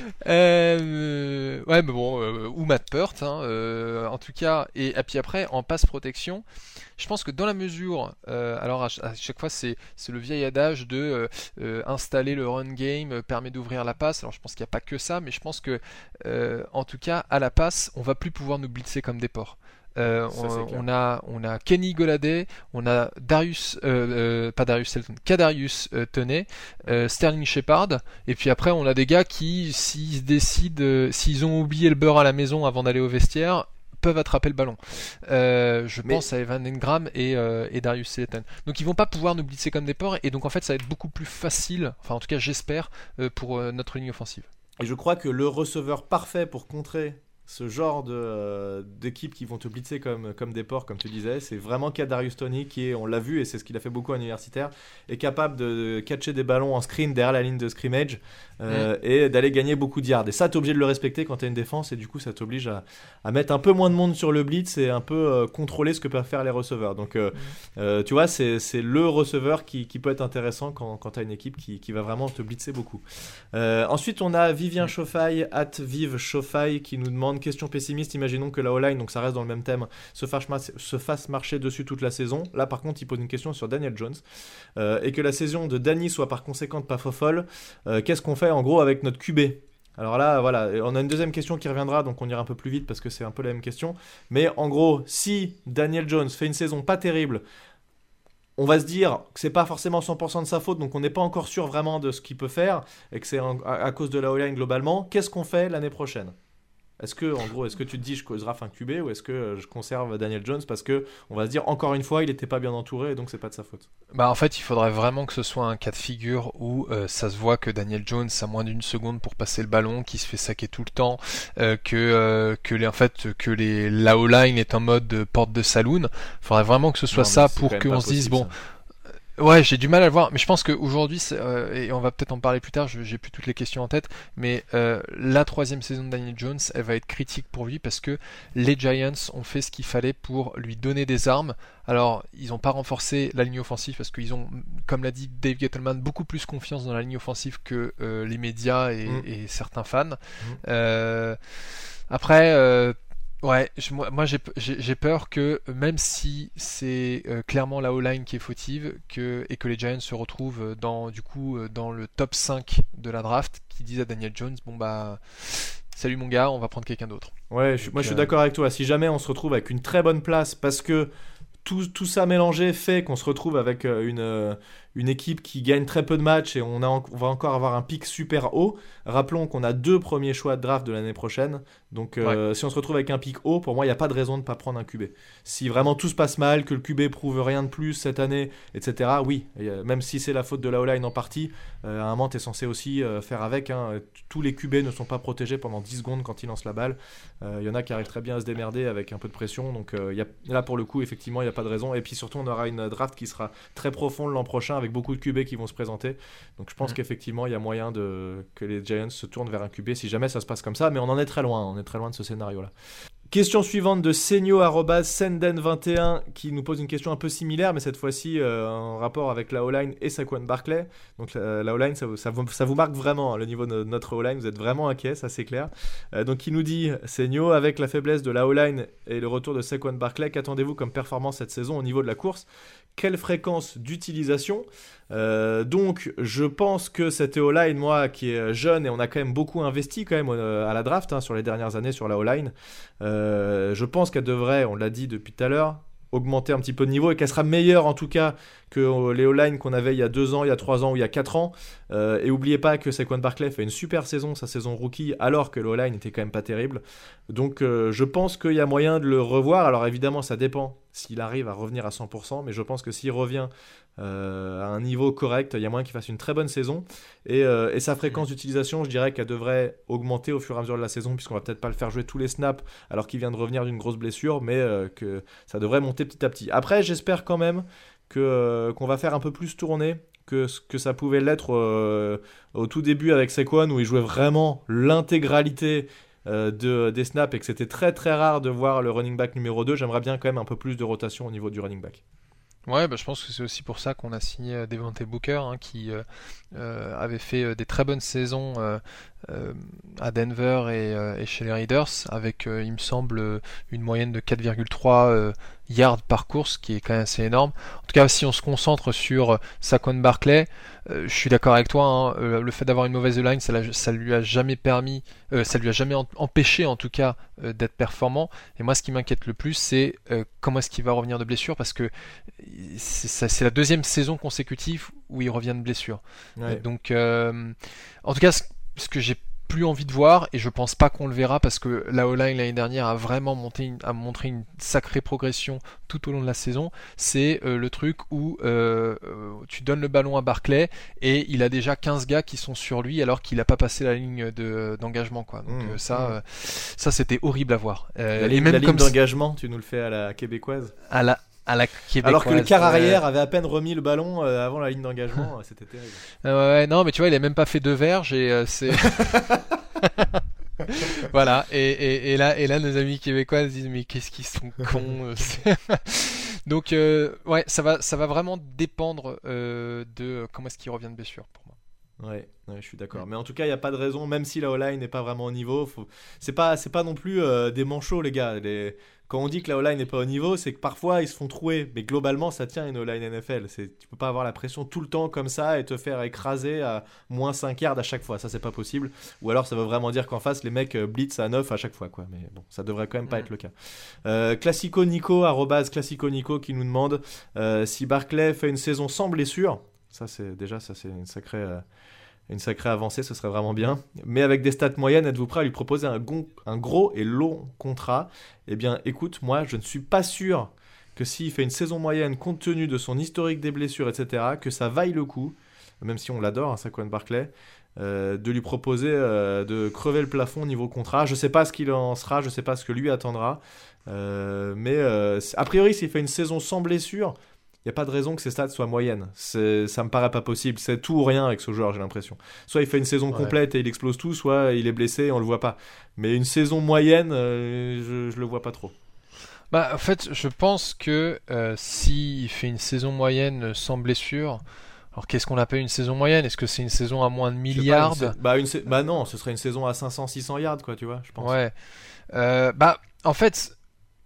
Euh, ouais, mais bon, euh, ou Matt Peart, hein, euh, en tout cas. Et, et puis après, en passe protection, je pense que dans la mesure, euh, alors à, ch- à chaque fois, c'est c'est le vieil adage de euh, euh, installer le run game euh, permet d'ouvrir la passe. Alors je pense qu'il n'y a pas que ça, mais je pense que, euh, en tout cas, à la passe, on va plus pouvoir nous blitzer comme des porcs. Euh, Ça, c'est on, clair. on a on a Kenny Golladay, on a Darius, euh, euh, pas Darius Selton, Kadarius euh, Toney, euh, Sterling Shepard, et puis après on a des gars qui, s'ils se décident, euh, s'ils ont oublié le beurre à la maison avant d'aller au vestiaire, peuvent attraper le ballon. Euh, je Mais- pense à Evan Engram et, euh, et Darius Slayton. Donc ils vont pas pouvoir nous blitzer comme des porcs, et donc en fait ça va être beaucoup plus facile, enfin en tout cas j'espère, euh, pour euh, notre ligne offensive. Et je crois que le receveur parfait pour contrer ce genre de, euh, d'équipes qui vont te blitzer comme, comme des porcs, comme tu disais, c'est vraiment Kadarius Toney qui est, on l'a vu et c'est ce qu'il a fait beaucoup à l'universitaire, est capable de catcher des ballons en screen derrière la ligne de scrimmage euh, Mm. et d'aller gagner beaucoup de yards. Et ça, t'es obligé de le respecter quand t'as une défense et du coup, ça t'oblige à, à mettre un peu moins de monde sur le blitz et un peu euh, contrôler ce que peuvent faire les receveurs. Donc, euh, euh, tu vois, c'est, c'est le receveur qui, qui peut être intéressant quand, quand t'as une équipe qui, qui va vraiment te blitzer beaucoup. Euh, ensuite, on a Vivien Chauffaille, at Vive Chauffaille, qui nous demande question pessimiste. Imaginons que la O-line, donc ça reste dans le même thème, se fasse, ma- se fasse marcher dessus toute la saison. Là, par contre, il pose une question sur Daniel Jones euh, et que la saison de Danny soit par conséquent pas fofolle. Euh, qu'est-ce qu'on fait en gros avec notre Q B? Alors là, voilà, on a une deuxième question qui reviendra, donc on ira un peu plus vite parce que c'est un peu la même question. Mais en gros, si Daniel Jones fait une saison pas terrible, on va se dire que c'est pas forcément cent pour cent de sa faute, donc on n'est pas encore sûr vraiment de ce qu'il peut faire et que c'est en- à, à cause de la O-line globalement. Qu'est-ce qu'on fait l'année prochaine? Est-ce que, en gros, est-ce que tu te dis je draft un Q B ou est-ce que euh, je conserve Daniel Jones parce que on va se dire encore une fois il n'était pas bien entouré et donc c'est pas de sa faute? Bah en fait il faudrait vraiment que ce soit un cas de figure où euh, ça se voit que Daniel Jones a moins d'une seconde pour passer le ballon, qui se fait saquer tout le temps, euh, que euh, que les en fait que les la O-line est en mode euh, porte de saloon. Il faudrait vraiment que ce soit Non, mais ça c'est pour quand même qu'on pas se dise possible, bon. ça. Ouais, j'ai du mal à le voir, mais je pense qu'aujourd'hui, euh, et on va peut-être en parler plus tard, je- j'ai plus toutes les questions en tête, mais euh, la troisième saison de Daniel Jones, elle va être critique pour lui parce que les Giants ont fait ce qu'il fallait pour lui donner des armes. Alors, ils n'ont pas renforcé la ligne offensive parce qu'ils ont, comme l'a dit Dave Gettleman, beaucoup plus confiance dans la ligne offensive que euh, les médias et, Mm. et certains fans. Euh, après... euh, Ouais, je- moi, moi j'ai, j'ai, j'ai peur que même si c'est euh, clairement la O-line qui est fautive que, et que les Giants se retrouvent dans, du coup, euh, dans le top cinq de la draft, qui disent à Daniel Jones, bon bah, salut mon gars, on va prendre quelqu'un d'autre. Ouais, je, Donc, moi je suis euh, d'accord avec toi. Si jamais on se retrouve avec une très bonne place parce que tout, tout ça mélangé fait qu'on se retrouve avec euh, une, euh, une équipe qui gagne très peu de matchs et on, a, en- on va encore avoir un pic super haut. Rappelons qu'on a deux premiers choix de draft de l'année prochaine. Donc euh, si on se retrouve avec un pic haut, pour moi, il n'y a pas de raison de ne pas prendre un Q B. Si vraiment tout se passe mal, que le Q B prouve rien de plus cette année, et cetera, oui, et, euh, même si c'est la faute de la O-line en partie, euh, à un moment, tu es censé aussi euh, faire avec. Hein. Tous les Q B ne sont pas protégés pendant dix secondes quand ils lancent la balle. Il euh, y en a qui arrivent très bien à se démerder avec un peu de pression. Donc euh, y a, là, pour le coup, effectivement, il n'y a pas de raison. Et puis surtout, on aura une draft qui sera très profonde l'an prochain avec beaucoup de Q B qui vont se présenter. Donc je pense Mm. qu'effectivement, il y a moyen de, que les Giants se tournent vers un Q B si jamais ça se passe comme ça. Mais on en est très loin. On est très loin de ce scénario-là. Question suivante de Senio arobase senden vingt et un qui nous pose une question un peu similaire, mais cette fois-ci euh, en rapport avec la O-line et Saquon Barkley. Donc la, la O-line, ça, ça, vous, ça vous marque vraiment, hein, le niveau de notre O-line, vous êtes vraiment inquiet, ça c'est clair. Euh, donc il nous dit, Senio, avec la faiblesse de la O-line et le retour de Saquon Barkley, qu'attendez-vous comme performance cette saison au niveau de la course ? Quelle fréquence d'utilisation ? euh, Donc je pense que cette O-line, moi qui est jeune, et on a quand même beaucoup investi quand même euh, à la draft hein, sur les dernières années sur la O-line, euh, je pense qu'elle devrait, on l'a dit depuis tout à l'heure, augmenter un petit peu de niveau et qu'elle sera meilleure en tout cas que les O-line qu'on avait il y a deux ans, il y a trois ans ou il y a quatre ans. Euh, et n'oubliez pas que Saquon Barkley fait une super saison, sa saison rookie, alors que le O-line n'était quand même pas terrible. Donc euh, je pense qu'il y a moyen de le revoir. Alors évidemment ça dépend s'il arrive à revenir à cent pour cent, mais je pense que s'il revient euh, à un niveau correct, il y a moyen qu'il fasse une très bonne saison. Et, euh, et sa fréquence d'utilisation, je dirais qu'elle devrait augmenter au fur et à mesure de la saison, puisqu'on va peut-être pas le faire jouer tous les snaps alors qu'il vient de revenir d'une grosse blessure, mais euh, que ça devrait monter petit à petit. Après, j'espère quand même que, euh, qu'on va faire un peu plus tourner que ce que ça pouvait l'être euh, au tout début avec Saquon, où il jouait vraiment l'intégralité euh, de, des snaps et que c'était très très rare de voir le running back numéro deux. J'aimerais bien quand même un peu plus de rotation au niveau du running back. Ouais, bah, je pense que c'est aussi pour ça qu'on a signé Devontae Booker, hein, qui euh, euh, avait fait euh, des très bonnes saisons euh, euh, à Denver et, euh, et chez les Raiders, avec, euh, il me semble, euh, une moyenne de quatre virgule trois euh, yards par course, qui est quand même assez énorme. En tout cas, si on se concentre sur euh, Saquon Barkley, euh, je suis d'accord avec toi, hein, euh, le fait d'avoir une mauvaise line, ça, l'a, ça lui a jamais permis, euh, ça lui a jamais en, empêché en tout cas euh, d'être performant. Et moi, ce qui m'inquiète le plus, c'est euh, comment est-ce qu'il va revenir de blessure, parce que c'est, ça, c'est la deuxième saison consécutive où il revient de blessure. Ouais. Donc, euh, en tout cas, ce, ce que j'ai plus envie de voir, et je pense pas qu'on le verra parce que la O-line l'année dernière a vraiment monté une, a montré une sacrée progression tout au long de la saison, c'est euh, le truc où euh, euh, tu donnes le ballon à Barkley et il a déjà quinze gars qui sont sur lui alors qu'il a pas passé la ligne de, d'engagement quoi. Donc mmh, euh, ça, mmh. euh, ça c'était horrible à voir. Euh, la ligne, et même la ligne comme d'engagement, tu nous le fais à la québécoise. À la À la Alors que le quart arrière ouais. avait à peine remis le ballon euh, avant la ligne d'engagement, c'était terrible. Euh, ouais, non, mais tu vois, il a même pas fait deux verges et euh, c'est. Voilà. Et, et, et là, et là, nos amis québécois se disent mais qu'est-ce qu'ils sont cons. Donc euh, ouais, ça va, ça va vraiment dépendre euh, de comment est-ce qu'il revient de blessure pour moi. Ouais, ouais, je suis d'accord. Ouais. Mais en tout cas, il n'y a pas de raison, même si la O-line n'est pas vraiment au niveau. Faut... C'est pas, c'est pas non plus euh, des manchots, les gars. Les... Quand on dit que la O-line n'est pas au niveau, c'est que parfois ils se font trouer. Mais globalement, ça tient une O-line N F L. C'est... Tu peux pas avoir la pression tout le temps comme ça et te faire écraser à moins cinq yards à chaque fois. Ça, c'est pas possible. Ou alors, ça veut vraiment dire qu'en face, les mecs blitz à neuf à chaque fois, quoi. Mais bon, ça devrait quand même pas mmh. être le cas. Euh, Classico Nico, arrobase Classico Nico, qui nous demande euh, si Barkley fait une saison sans blessure. Ça, c'est déjà, ça, c'est une sacrée. Euh... Une sacrée avancée, ce serait vraiment bien. Mais avec des stats moyennes, êtes-vous prêt à lui proposer un, gon- un gros et long contrat ? Eh bien, écoute, moi, je ne suis pas sûr que s'il fait une saison moyenne, compte tenu de son historique des blessures, et cetera, que ça vaille le coup, même si on l'adore, hein, Saquon Barkley, euh, de lui proposer euh, de crever le plafond niveau contrat. Je ne sais pas ce qu'il en sera, je ne sais pas ce que lui attendra. Euh, mais euh, a priori, s'il fait une saison sans blessure... Il n'y a pas de raison que ses stats soient moyennes. C'est, ça me paraît pas possible. C'est tout ou rien avec ce joueur, j'ai l'impression. Soit il fait une saison ouais. complète et il explose tout, soit il est blessé et on le voit pas. Mais une saison moyenne, euh, je, je le vois pas trop. Bah, en fait, je pense que euh, s'il fait une saison moyenne sans blessure, alors qu'est-ce qu'on appelle une saison moyenne ? Est-ce que c'est une saison à moins de mille yards ? Sa... bah, une sa... bah non, ce serait une saison à cinq cents six cents yards, quoi, tu vois, je pense. Ouais. Euh, bah, en fait...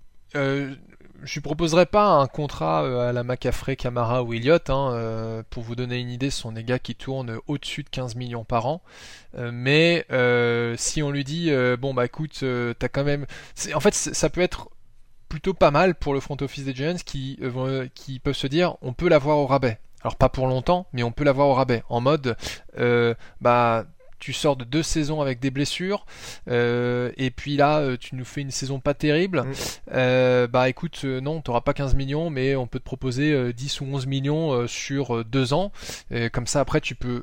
Euh, je lui proposerais pas un contrat à la McCaffrey, Camara ou Elliott. Hein, euh, pour vous donner une idée, ce sont des gars qui tournent au-dessus de quinze millions par an. Euh, mais euh, si on lui dit, euh, bon bah écoute, euh, t'as quand même... C'est, en fait, ça peut être plutôt pas mal pour le front office des Giants qui, euh, qui peuvent se dire, on peut l'avoir au rabais. Alors pas pour longtemps, mais on peut l'avoir au rabais. En mode, euh, bah... tu sors de deux saisons avec des blessures euh, et puis là euh, tu nous fais une saison pas terrible mmh. euh, bah écoute euh, non t'auras pas quinze millions mais on peut te proposer euh, dix ou onze millions euh, sur euh, deux ans et comme ça après tu peux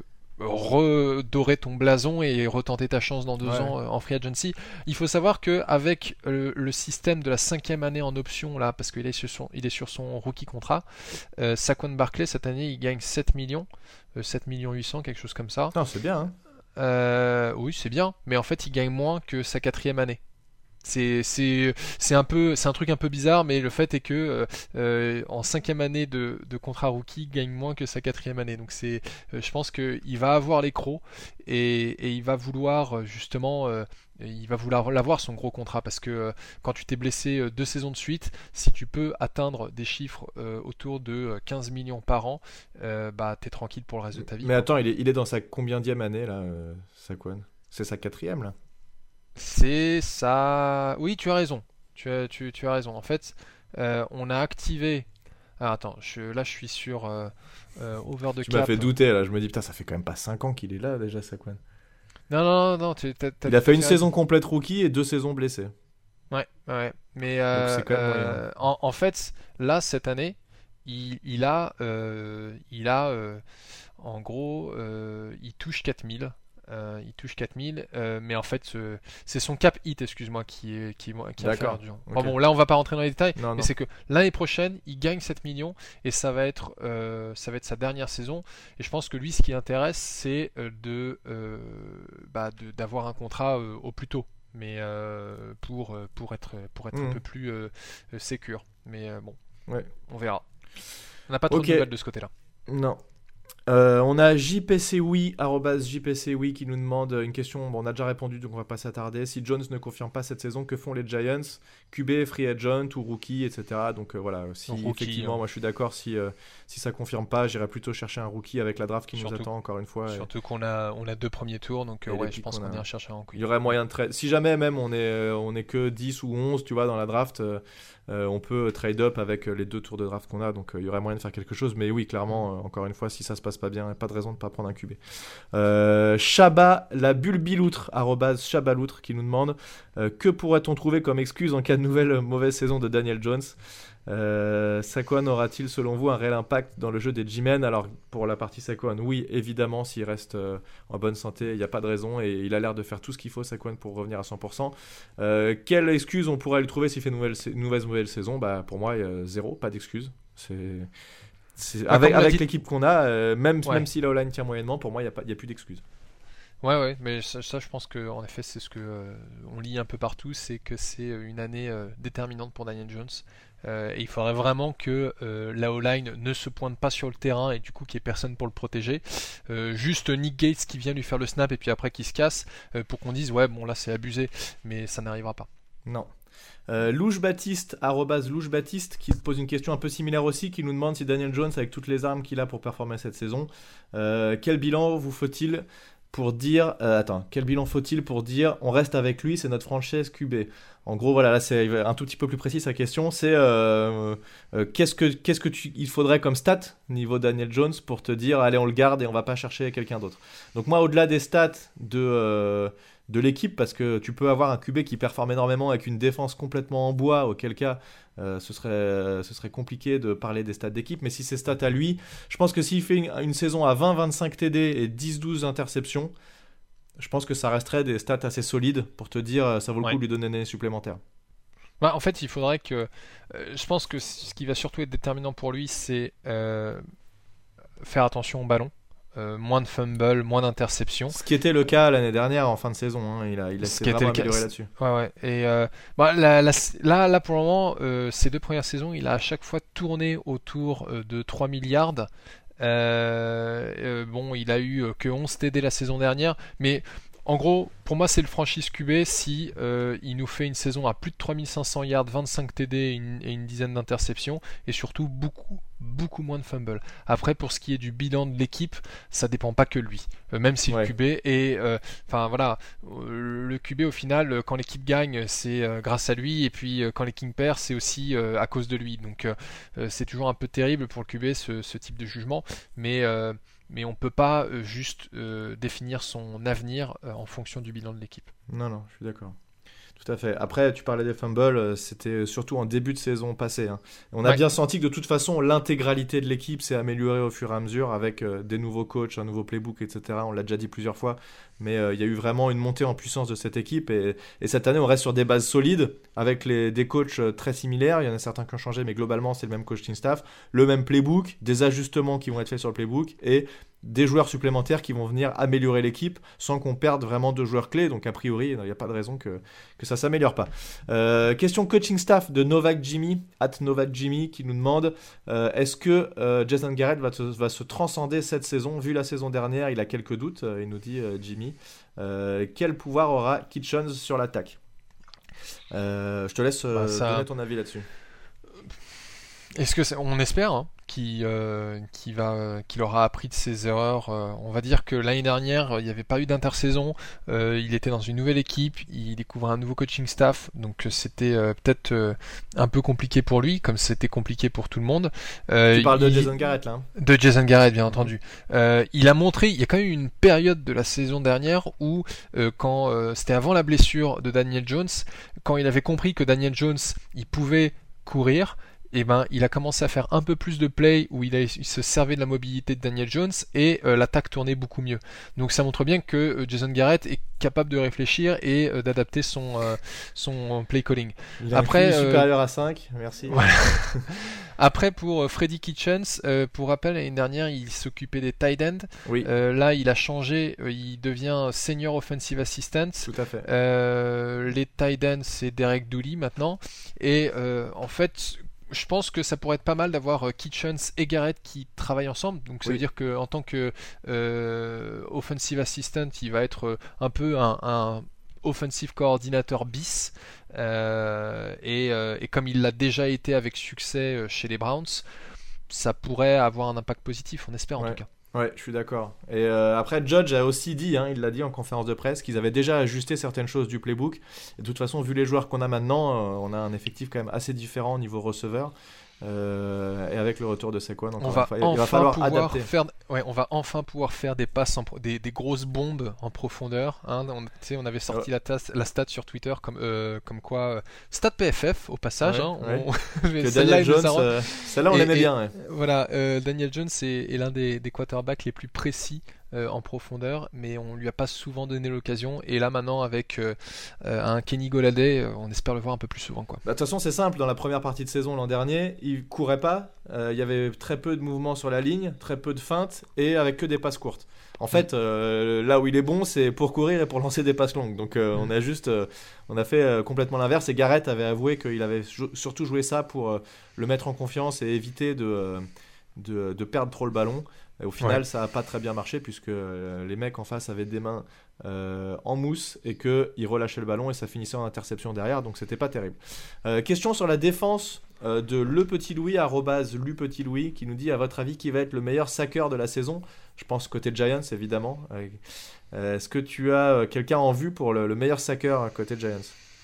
redorer ton blason et retenter ta chance dans deux ouais. ans euh, en free agency. Il faut savoir que avec euh, le système de la cinquième année en option là parce qu'il est sur son, il est sur son rookie contrat, euh, Saquon Barkley cette année il gagne sept millions, euh, sept millions huit cents quelque chose comme ça. Non, c'est bien hein. Euh, oui, c'est bien, mais en fait, il gagne moins que sa quatrième année. C'est, c'est, c'est un peu, c'est un truc un peu bizarre, mais le fait est que euh, euh, en cinquième année de, de contrat rookie, il gagne moins que sa quatrième année. Donc c'est, euh, je pense qu'il va avoir les crocs et, et il va vouloir euh, justement, euh, il va vouloir l'avoir son gros contrat parce que euh, quand tu t'es blessé euh, deux saisons de suite, si tu peux atteindre des chiffres euh, autour de quinze millions par an, euh, bah t'es tranquille pour le reste de ta vie. Mais attends, il est, il est dans sa combienième année là, euh, Saquon? C'est sa quatrième là? C'est ça. Oui, tu as raison. Tu as, tu, tu as raison. En fait, euh, on a activé. Ah, attends, je, là je suis sur euh, euh, Over the Tu m'as Cap. fait douter là, je me dis putain, ça fait quand même pas cinq ans qu'il est là déjà, Saquon. Non, non, non, non, tu t'as, t'as Il a tout fait à une fait saison raison. complète rookie et deux saisons blessées. Ouais, ouais. Mais Donc euh, c'est quand même moyen. euh, en, en fait, là cette année, il, il a, euh, il a, euh, en gros, euh, il touche quatre mille. Euh, il touche quatre mille, euh, mais en fait, euh, c'est son cap hit, excuse-moi, qui est, qui, est- qui a fait D'accord. dur. Ok. Bon, bon, là, on va pas rentrer dans les détails, Non, mais non. c'est que l'année prochaine, il gagne sept millions et ça va être, euh, ça va être sa dernière saison. Et je pense que lui, ce qui l'intéresse, c'est euh, de, euh, bah, de- d'avoir un contrat euh, au plus tôt, mais euh, pour, euh, pour être, pour être un Mhm. peu plus euh, euh, sécure. Mais euh, bon, Ouais. on verra. On n'a pas trop Ok. de nouvelles de ce côté-là. Non. Euh, on a J P C oui, arrobase J P C oui, qui nous demande une question. Bon, on a déjà répondu, donc on va pas s'attarder. Si Jones ne confirme pas cette saison, que font les Giants? Q B, free agent ou rookie, et cetera. Donc euh, voilà, si Donc, rookie, effectivement, hein. moi je suis d'accord, si, euh, si ça confirme pas, j'irai plutôt chercher un rookie avec la draft qui Surtout- nous attend encore une fois. et- Surtout qu'on a, on a deux premiers tours, donc euh, Et les ouais, je pics pense qu'on qu'on a. ira chercher un Il y aurait moyen de trade. Si jamais même on est, euh, on est que dix ou onze, tu vois, dans la draft, euh, euh, on peut trade up avec euh, les deux tours de draft qu'on a. Donc euh, il y aurait moyen de faire quelque chose. Mais oui, clairement, euh, encore une fois, si ça se passe pas bien, il n'y a pas de raison de pas prendre un Q B. Euh, Chaba, la bulbiloutre, arrobase Chabaloutre, qui nous demande euh, que pourrait-on trouver comme excuse en cas de nouvelle euh, mauvaise saison de Daniel Jones? Euh, Saquon aura-t-il selon vous un réel impact dans le jeu des G-Men? Alors pour la partie Saquon, oui, évidemment, s'il reste euh, en bonne santé, il n'y a pas de raison et il a l'air de faire tout ce qu'il faut, Saquon, pour revenir à cent pour cent. Euh, quelle excuse on pourrait lui trouver s'il fait une nouvelle, une nouvelle, nouvelle saison? Bah, pour moi, euh, zéro, pas d'excuse. C'est... c'est- Bah, avec comme on l'a avec dit- l'équipe qu'on a, euh, même, Ouais. même si la O-line tient moyennement, pour moi, il n'y a, pas- il y a plus d'excuses. Ouais, ouais, mais ça, ça, je pense que en effet, c'est ce que euh, on lit un peu partout, c'est que c'est euh, une année euh, déterminante pour Daniel Jones. Euh, et il faudrait vraiment que euh, la O-line ne se pointe pas sur le terrain et du coup qu'il n'y ait personne pour le protéger. Euh, juste Nick Gates qui vient lui faire le snap et puis après qui se casse euh, pour qu'on dise ouais bon là c'est abusé, mais ça n'arrivera pas. Non. Euh, Louche Baptiste, arrobase Louche Baptiste, qui pose une question un peu similaire aussi, qui nous demande si Daniel Jones, avec toutes les armes qu'il a pour performer cette saison, euh, quel bilan vous faut-il pour dire, euh, attends, quel bilan faut-il pour dire, on reste avec lui, c'est notre franchise Q B. En gros, voilà, là c'est un tout petit peu plus précis sa question, c'est euh, euh, qu'est-ce que qu'est-ce que tu, il faudrait comme stat niveau Daniel Jones pour te dire, allez, on le garde et on va pas chercher quelqu'un d'autre. Donc moi, au-delà des stats de euh, de l'équipe, parce que tu peux avoir un Q B qui performe énormément avec une défense complètement en bois, auquel cas euh, ce, serait, ce serait compliqué de parler des stats d'équipe, mais si c'est stats à lui, je pense que s'il fait une, une saison à vingt vingt-cinq T D et dix douze interceptions, je pense que ça resterait des stats assez solides pour te dire euh, ça vaut le Ouais. coup de lui donner une année supplémentaire. Bah, en fait, il faudrait que. euh, je pense que ce qui va surtout être déterminant pour lui, c'est euh, faire attention au ballon. Euh, moins de fumble, moins d'interceptions. Ce qui était le cas l'année dernière en fin de saison, hein, il a, il a Ce s'est qui était vraiment le cas- amélioré là-dessus. Ouais, ouais. Et euh, bah, la- la- là, là, pour le moment, euh, ces deux premières saisons, il a à chaque fois tourné autour euh, de trois milliards. Euh, euh, bon, il a eu euh, que onze T D la saison dernière, mais en gros, pour moi, c'est le franchise Q B si euh, il nous fait une saison à plus de trois mille cinq cents yards, vingt-cinq T D et une, et une dizaine d'interceptions, et surtout beaucoup, beaucoup moins de fumble. Après, pour ce qui est du bilan de l'équipe, ça dépend pas que lui. Euh, même si Ouais. le Q B est, euh, enfin voilà, euh, le Q B au final, euh, quand l'équipe gagne, c'est euh, grâce à lui, et puis euh, quand l'équipe perd, c'est aussi euh, à cause de lui. Donc euh, euh, c'est toujours un peu terrible pour le Q B ce, ce type de jugement, mais euh, mais on peut pas euh, juste euh, définir son avenir euh, en fonction du bilan de l'équipe. Non, non, je suis d'accord. Tout à fait. Après, tu parlais des fumbles, euh, c'était surtout en début de saison passée, hein. On a Ouais. bien senti que de toute façon, l'intégralité de l'équipe s'est améliorée au fur et à mesure avec euh, des nouveaux coachs, un nouveau playbook, et cetera. On l'a déjà dit plusieurs fois, mais euh, il y a eu vraiment une montée en puissance de cette équipe. Et, et cette année, on reste sur des bases solides avec les, des coachs euh, très similaires. Il y en a certains qui ont changé, mais globalement, c'est le même coaching staff, le même playbook, des ajustements qui vont être faits sur le playbook et des joueurs supplémentaires qui vont venir améliorer l'équipe sans qu'on perde vraiment de joueurs clés. Donc a priori, il n'y a pas de raison que, que ça ne s'améliore pas. Euh, question coaching staff de Novak Jimmy, at Novak Jimmy, qui nous demande euh, est-ce que euh, Jason Garrett va, te, va se transcender cette saison? Vu la saison dernière, il a quelques doutes, euh, il nous dit euh, Jimmy. Euh, quel pouvoir aura Kitchens sur l'attaque? euh, Je te laisse euh, bah, ça... donner ton avis là-dessus. Est-ce que c'est... on espère hein, qu'il, euh, qu'il, va, qu'il aura appris de ses erreurs. Euh, on va dire que l'année dernière, il n'y avait pas eu d'intersaison. Euh, il était dans une nouvelle équipe, il découvrait un nouveau coaching staff, donc c'était euh, peut-être euh, un peu compliqué pour lui, comme c'était compliqué pour tout le monde. Euh, tu parles il... de Jason Garrett là hein. De Jason Garrett, bien entendu. Euh, il a montré, il y a quand même eu une période de la saison dernière où, euh, quand euh, c'était avant la blessure de Daniel Jones, quand il avait compris que Daniel Jones, il pouvait courir, et ben, il a commencé à faire un peu plus de play où il, a, il se servait de la mobilité de Daniel Jones et euh, l'attaque tournait beaucoup mieux. Donc ça montre bien que euh, Jason Garrett est capable de réfléchir et euh, d'adapter son, euh, son play calling. Il a Après, un euh, supérieur à cinq, merci. Voilà. Après, pour euh, Freddie Kitchens, euh, pour rappel, l'année dernière, il s'occupait des tight ends. Oui. Euh, là, il a changé, euh, il devient senior offensive assistant. Tout à fait. Euh, les tight ends, c'est Derek Dooley maintenant. Et euh, en fait, je pense que ça pourrait être pas mal d'avoir euh, Kitchens et Garrett qui travaillent ensemble. Donc ça oui. veut dire qu'en tant que euh, offensive assistant, il va être euh, un peu un, un offensive coordinateur bis. Euh, et, euh, et comme il l'a déjà été avec succès euh, chez les Browns, ça pourrait avoir un impact positif, on espère ouais. en tout cas. Ouais, je suis d'accord. Et euh, après, Judge a aussi dit, hein, il l'a dit en conférence de presse, qu'ils avaient déjà ajusté certaines choses du playbook. Et de toute façon, vu les joueurs qu'on a maintenant, euh, on a un effectif quand même assez différent au niveau receveur. Euh, et avec le retour de Saquon, on va, il, enfin il va falloir adapter. Faire, ouais, on va enfin pouvoir faire des passes, en, des, des grosses bombes en profondeur. Hein. On, on avait sorti ouais. la, la stat sur Twitter comme, euh, comme quoi euh, stat P F F au passage. Ouais, hein, ouais. On, que Daniel Jones, euh, celle-là on l'aimait bien. Ouais. Voilà, euh, Daniel Jones est, est l'un des, des quarterbacks les plus précis euh, en profondeur, mais on lui a pas souvent donné l'occasion. Et là maintenant avec euh, un Kenny Golladay, euh, on espère le voir un peu plus souvent. De bah, toute façon, c'est simple. Dans la première partie de saison l'an dernier, il courait pas. Euh, il y avait très peu de mouvements sur la ligne, très peu de feintes et avec que des passes courtes. En fait, euh, là où il est bon, c'est pour courir et pour lancer des passes longues. Donc, euh, on a juste, euh, on a fait euh, complètement l'inverse. Et Garrett avait avoué qu'il avait jou- surtout joué ça pour euh, le mettre en confiance et éviter de, euh, de, de perdre trop le ballon. Et au final, ouais. ça n'a pas très bien marché puisque euh, les mecs en face avaient des mains euh, en mousse et qu'ils relâchaient le ballon et ça finissait en interception derrière. Donc, c'était pas terrible. Euh, question sur la défense. Euh, de Le Petit Louis, arrobase Lu Petit Louis, qui nous dit à votre avis qui va être le meilleur saqueur de la saison. Je pense côté Giants évidemment. Euh, est-ce que tu as euh, quelqu'un en vue pour le, le meilleur saqueur côté Giants?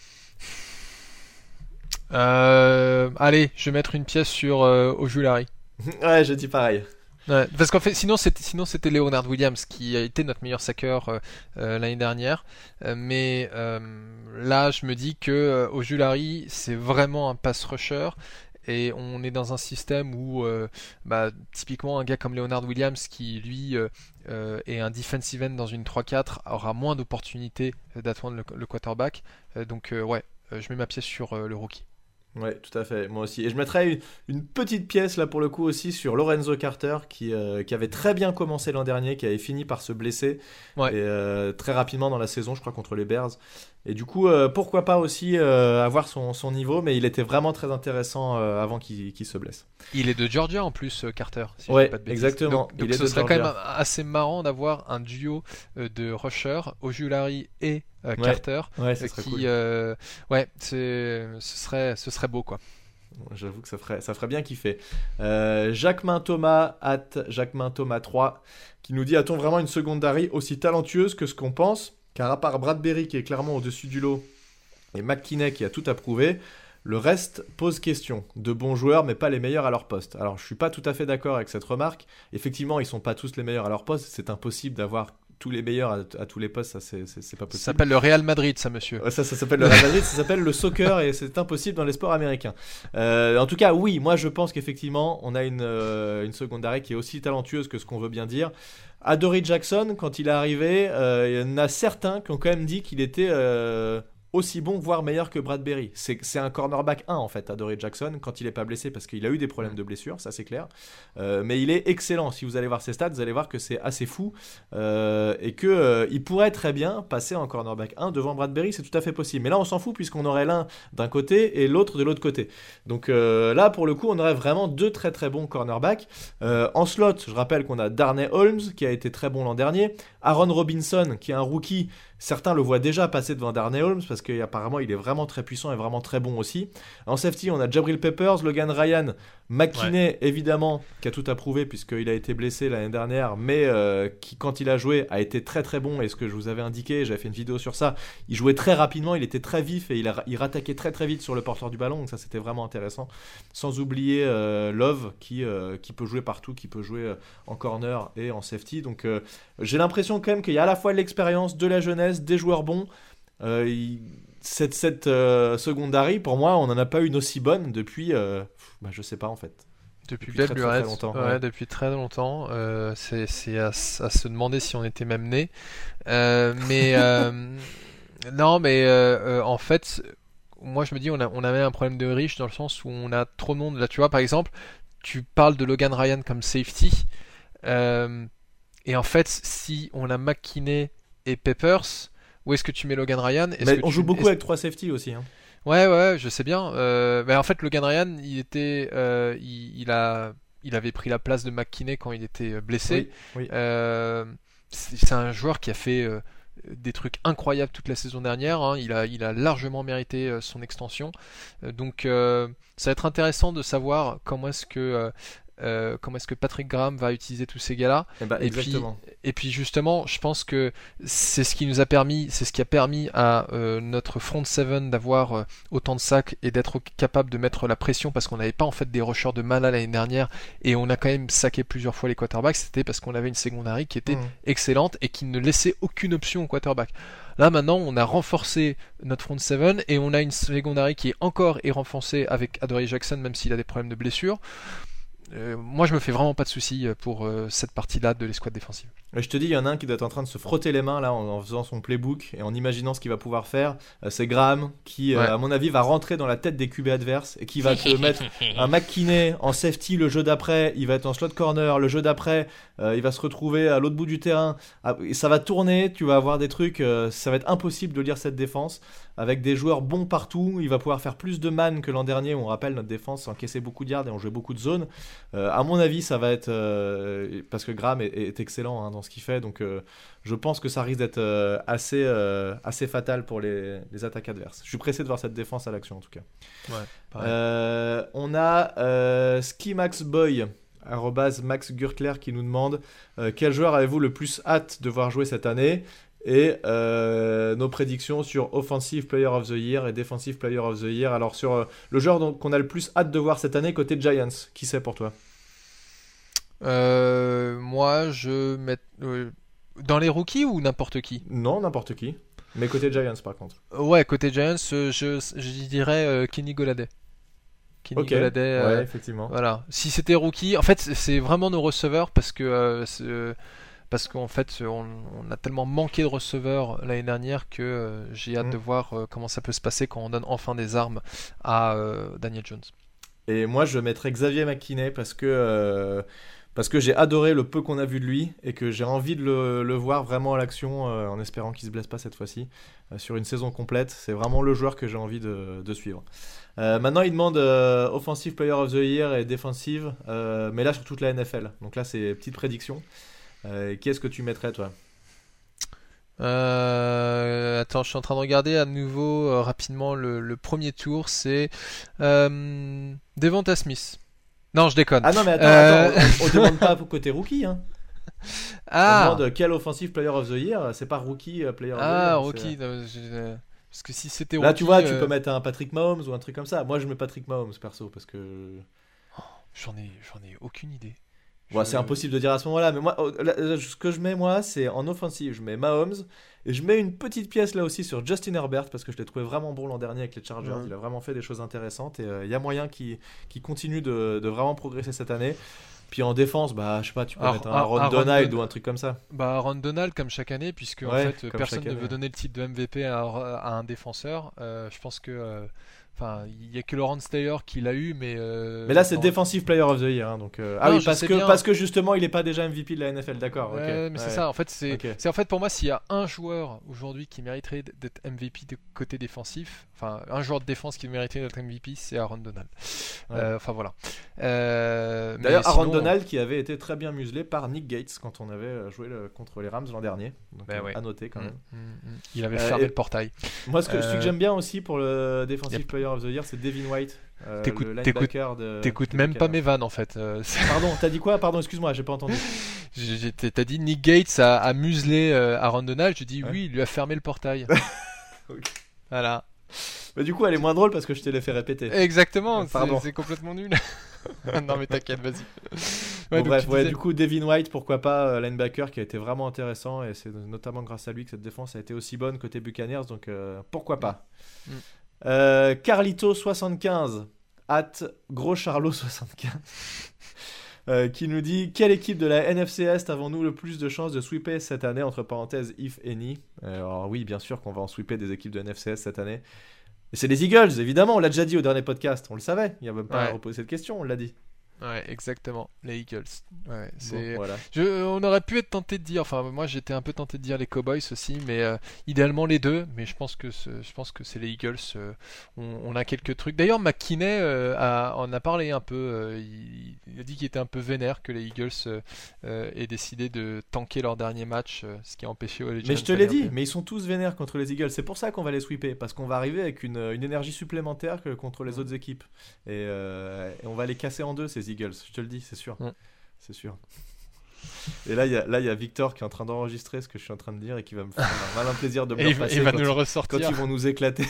euh, Allez, je vais mettre une pièce sur euh, Ojulari. Ouais, je dis pareil. Ouais, parce qu'en fait, sinon c'était, sinon c'était Leonard Williams qui a été notre meilleur saqueur euh, euh, l'année dernière. Euh, mais euh, là, je me dis que euh, Ojulari, c'est vraiment un pass rusher. Et on est dans un système où, euh, bah, typiquement, un gars comme Leonard Williams, qui lui euh, euh, est un defensive end dans une trois quatre, aura moins d'opportunités d'attendre le, le quarterback. Euh, donc, euh, ouais, euh, je mets ma pièce sur euh, le rookie. Ouais, tout à fait, moi aussi. Et je mettrais une, une petite pièce là pour le coup aussi sur Lorenzo Carter qui, euh, qui avait très bien commencé l'an dernier, qui avait fini par se blesser ouais. et, euh, très rapidement dans la saison, je crois, contre les Bears. Et du coup, euh, pourquoi pas aussi euh, avoir son, son niveau, mais il était vraiment très intéressant euh, avant qu'il, qu'il se blesse. Il est de Georgia en plus, Carter. Si ouais, je dis pas de exactement. Donc, donc il ce est serait de quand même assez marrant d'avoir un duo euh, de rushers, Ojulari et euh, ouais. Carter, ouais, ça euh, serait qui, cool. euh, ouais, c'est, ce serait, ce serait beau quoi. J'avoue que ça ferait, ça ferait bien kiffer. Euh, Jacquemin Thomas, at Jacquemin Thomas trois, qui nous dit: a-t-on vraiment une secondary aussi talentueuse que ce qu'on pense? Car à part Bradbury qui est clairement au-dessus du lot et McKinney qui a tout approuvé, le reste pose question. De bons joueurs, mais pas les meilleurs à leur poste. Alors, je suis pas tout à fait d'accord avec cette remarque. Effectivement, ils sont pas tous les meilleurs à leur poste. C'est impossible d'avoir tous les meilleurs à, à tous les postes, ça c'est, c'est, c'est pas possible. Ça s'appelle le Real Madrid, ça, monsieur. Ça, ça s'appelle le Real Madrid, ça s'appelle le soccer et c'est impossible dans les sports américains. Euh, en tout cas, oui, moi je pense qu'effectivement, on a une, euh, une secondary qui est aussi talentueuse que ce qu'on veut bien dire. Adoree Jackson, quand il est arrivé, euh, il y en a certains qui ont quand même dit qu'il était euh, aussi bon, voire meilleur que Bradbury. C'est, c'est un cornerback un en fait, Adoree Jackson, quand il n'est pas blessé, parce qu'il a eu des problèmes de blessure, ça c'est clair. Euh, mais il est excellent. Si vous allez voir ses stats, vous allez voir que c'est assez fou euh, et qu'il euh, pourrait très bien passer en cornerback un devant Bradbury, c'est tout à fait possible. Mais là, on s'en fout puisqu'on aurait l'un d'un côté et l'autre de l'autre côté. Donc euh, là, pour le coup, on aurait vraiment deux très très bons cornerbacks. Euh, en slot, je rappelle qu'on a Darnay Holmes qui a été très bon l'an dernier, Aaron Robinson qui est un rookie. Certains le voient déjà passer devant Darnay Holmes parce qu'apparemment il est vraiment très puissant et vraiment très bon aussi. En safety, on a Jabril Peppers, Logan Ryan, McKinney ouais. évidemment, qui a tout approuvé puisqu'il a été blessé l'année dernière, mais euh, qui quand il a joué a été très très bon. Et ce que je vous avais indiqué, j'avais fait une vidéo sur ça, il jouait très rapidement, il était très vif et il, a, il rattaquait très très vite sur le porteur du ballon, donc ça c'était vraiment intéressant. Sans oublier euh, Love qui, euh, qui peut jouer partout, qui peut jouer en corner et en safety. Donc euh, j'ai l'impression quand même qu'il y a à la fois de l'expérience, de la jeunesse, des joueurs bons. Euh, il... Cette, cette euh, secondary, pour moi, on n'en a pas une aussi bonne depuis, euh, bah, je sais pas en fait. Depuis, depuis belle lurette, ouais, ouais. depuis très longtemps. Euh, c'est c'est à, à se demander si on était même né. Euh, mais euh, non, mais euh, en fait, moi je me dis, on, a, on avait un problème de riche dans le sens où on a trop de monde. Là, tu vois, par exemple, tu parles de Logan Ryan comme safety. Euh, et en fait, si on a McKinney et Peppers, où est-ce que tu mets Logan Ryan? Est-ce mais que on tu... joue beaucoup avec trois safety aussi. Hein. Ouais, ouais, je sais bien. Euh, mais en fait, Logan Ryan, il était, euh, il, il a, il avait pris la place de McKinney quand il était blessé. Oui, oui. Euh, c'est, c'est un joueur qui a fait euh, des trucs incroyables toute la saison dernière. Hein. Il a, il a largement mérité euh, son extension. Euh, donc, euh, ça va être intéressant de savoir comment est-ce que euh, Euh, comment est-ce que Patrick Graham va utiliser tous ces gars-là. Et, bah, et, puis, et puis justement, je pense que c'est ce qui nous a permis, c'est ce qui a permis à euh, notre front seven d'avoir euh, autant de sacs et d'être capable de mettre la pression parce qu'on n'avait pas en fait des rushers de malade l'année dernière et on a quand même saqué plusieurs fois les quarterbacks. C'était parce qu'on avait une secondary qui était mmh. excellente et qui ne laissait aucune option au quarterback. Là maintenant, on a renforcé notre front seven et on a une secondary qui est encore et renforcée avec Adoree Jackson même s'il a des problèmes de blessure. Euh, moi je me fais vraiment pas de soucis pour euh, cette partie-là de l'escouade défensive. Je te dis, il y en a un qui doit être en train de se frotter les mains là en, en faisant son playbook et en imaginant ce qu'il va pouvoir faire. Euh, c'est Graham qui, ouais. euh, à mon avis, va rentrer dans la tête des Q B adverses et qui va te mettre un McKinney en safety le jeu d'après. Il va être en slot corner le jeu d'après. Euh, il va se retrouver à l'autre bout du terrain. Ah, ça va tourner. Tu vas avoir des trucs. Euh, ça va être impossible de lire cette défense avec des joueurs bons partout. Il va pouvoir faire plus de man que l'an dernier. On rappelle notre défense encaissait beaucoup de yards et on jouait beaucoup de zones. Euh, à mon avis, ça va être euh, parce que Graham est, est excellent hein, dans ce qu'il fait, donc euh, je pense que ça risque d'être euh, assez, euh, assez fatal pour les, les attaques adverses. Je suis pressé de voir cette défense à l'action en tout cas. Ouais, euh, on a euh, SkiMaxBoy arrobase Max Gurkler qui nous demande euh, quel joueur avez-vous le plus hâte de voir jouer cette année et euh, nos prédictions sur Offensive Player of the Year et Defensive Player of the Year. Alors sur euh, le joueur dont, qu'on a le plus hâte de voir cette année côté Giants, qui c'est pour toi? Euh, moi, je mets euh, dans les rookies ou n'importe qui? Non, n'importe qui. Mais côté Giants, par contre. Ouais, côté Giants, euh, je, je dirais euh, Kenny Golladay. Kenny okay. Golladay. Euh, ouais, effectivement. Voilà. Si c'était rookie, en fait, c'est vraiment nos receveurs parce que euh, c'est, parce qu'en fait, on, on a tellement manqué de receveurs l'année dernière que euh, j'ai hâte mmh. de voir euh, comment ça peut se passer quand on donne enfin des armes à euh, Daniel Jones. Et moi, je mettrais Xavier McKinney parce que. Euh... Parce que j'ai adoré le peu qu'on a vu de lui et que j'ai envie de le, le voir vraiment à l'action euh, en espérant qu'il ne se blesse pas cette fois-ci euh, sur une saison complète. C'est vraiment le joueur que j'ai envie de, de suivre. Euh, maintenant, il demande euh, Offensive Player of the Year et Defensive, euh, mais là sur toute la N F L. Donc là, c'est petite prédiction. Euh, qui est-ce que tu mettrais, toi ? Euh, attends, je suis en train de regarder à nouveau euh, rapidement le, le premier tour. C'est euh, Devonta Smith. Non, je déconne. Ah non, mais attends, euh... attends on, on demande pas côté rookie. Hein. Ah. On demande quel Offensive Player of the Year. C'est pas Rookie Player of the Year. Ah, Rookie. Non, je... Parce que si c'était Là, rookie, tu vois, euh... tu peux mettre un Patrick Mahomes ou un truc comme ça. Moi, je mets Patrick Mahomes, perso, parce que... Oh, j'en ai, j'en ai aucune idée. Bon, je... C'est impossible de dire à ce moment-là, mais moi, ce que je mets, moi, c'est en offensive, je mets Mahomes, et je mets une petite pièce là aussi sur Justin Herbert, parce que je l'ai trouvé vraiment bon l'an dernier avec les Chargers, mmh. il a vraiment fait des choses intéressantes, et il euh, y a moyen qu'il, qu'il continue de, de vraiment progresser cette année. Puis en défense, bah, je sais pas, tu peux Ah, mettre un ah, Aaron Aaron Donald Don- ou un truc comme ça. Bah, Aaron Donald, comme chaque année, puisque en Ouais, fait, comme personne chaque ne année. veut donner le titre de M V P à, à un défenseur. Euh, je pense que. euh, Enfin, il y a que Lawrence Taylor qui l'a eu, mais. euh, Mais là, c'est non, Defensive Player of the Year. Hein, donc, euh, Ah Non, oui, je parce sais que, bien. parce que justement, il est pas déjà M V P de la N F L. D'accord, ok. Ouais, mais c'est Ouais. ça. En fait, c'est, Ok. c'est en fait pour moi, s'il y a un joueur aujourd'hui qui mériterait d'être M V P de côté défensif, enfin, un joueur de défense qui mériterait d'être M V P, c'est Aaron Donald. Ouais. Euh, Enfin voilà. Euh, mais D'ailleurs, Aaron sinon, Donald qui avait été très bien muselé par Nick Gates quand on avait euh, joué le- contre les Rams l'an dernier. Donc, Ben euh, ouais. à noter quand mm, même. mm, mm. Il avait Euh, fermé et- le portail. Moi, ce que, celui que Euh, j'aime bien aussi pour le Defensive Yep. Player of the Year, c'est Devin White, euh, T'écoutes- le t'écoutes- linebacker de. T'écoutes des même pas Buccaneers. mes vannes en fait. Euh, c'est- Pardon, t'as dit quoi? Pardon, excuse-moi, j'ai pas entendu. j'ai- j'ai- T'as dit Nick Gates a, a muselé euh, Aaron Donald. Je dis Ouais. oui, il lui a fermé le portail. Ok. Voilà. Mais du coup, elle est moins drôle parce que je te l'ai fait répéter. Exactement. c'est- Pardon. C'est complètement nul. non mais t'inquiète, vas-y. Bon, Ouais, donc bref, tu ouais, disais- du coup, Devin White, pourquoi pas, euh, linebacker qui a été vraiment intéressant et c'est notamment grâce à lui que cette défense a été aussi bonne côté Buccaneers, donc euh, pourquoi pas. Mm. Euh, Carlito soixante-quinze, at Gros Charlot soixante-quinze, euh, qui nous dit quelle équipe de la N F C Est avons-nous le plus de chances de sweeper cette année, entre parenthèses, if any. Euh, Alors oui, bien sûr qu'on va en sweeper des équipes de N F C Est cette année. Et c'est les Eagles, évidemment, on l'a déjà dit au dernier podcast, on le savait, il n'y a même pas Ouais. à reposer cette question, on l'a dit. Ouais, exactement. Les Eagles. Ouais, c'est. Bon, voilà. Je, on aurait pu être tenté de dire, enfin moi j'étais un peu tenté de dire les Cowboys aussi, mais euh, idéalement les deux. Mais je pense que ce- je pense que c'est les Eagles. euh, on, on a quelques trucs. D'ailleurs McKinney euh, a, en a parlé un peu. euh, il, il a dit qu'il était un peu vénère que les Eagles euh, euh, aient décidé de tanker leur dernier match, euh, ce qui a empêché les Mais je te l'ai dit, mais ils sont tous vénères contre les Eagles. C'est pour ça qu'on va les sweeper, parce qu'on va arriver avec une, une énergie supplémentaire que contre les Mm. autres équipes. Et, euh, et on va les casser en deux, ces Eagles. Je te le dis, c'est sûr. Mm. C'est sûr. Et là, il y a- là, il y a Victor qui est en train d'enregistrer ce que je suis en train de dire et qui va me faire un malin plaisir de me Et le il, va- repasser il va quand nous le ils- quand ressortir. ils vont nous éclater.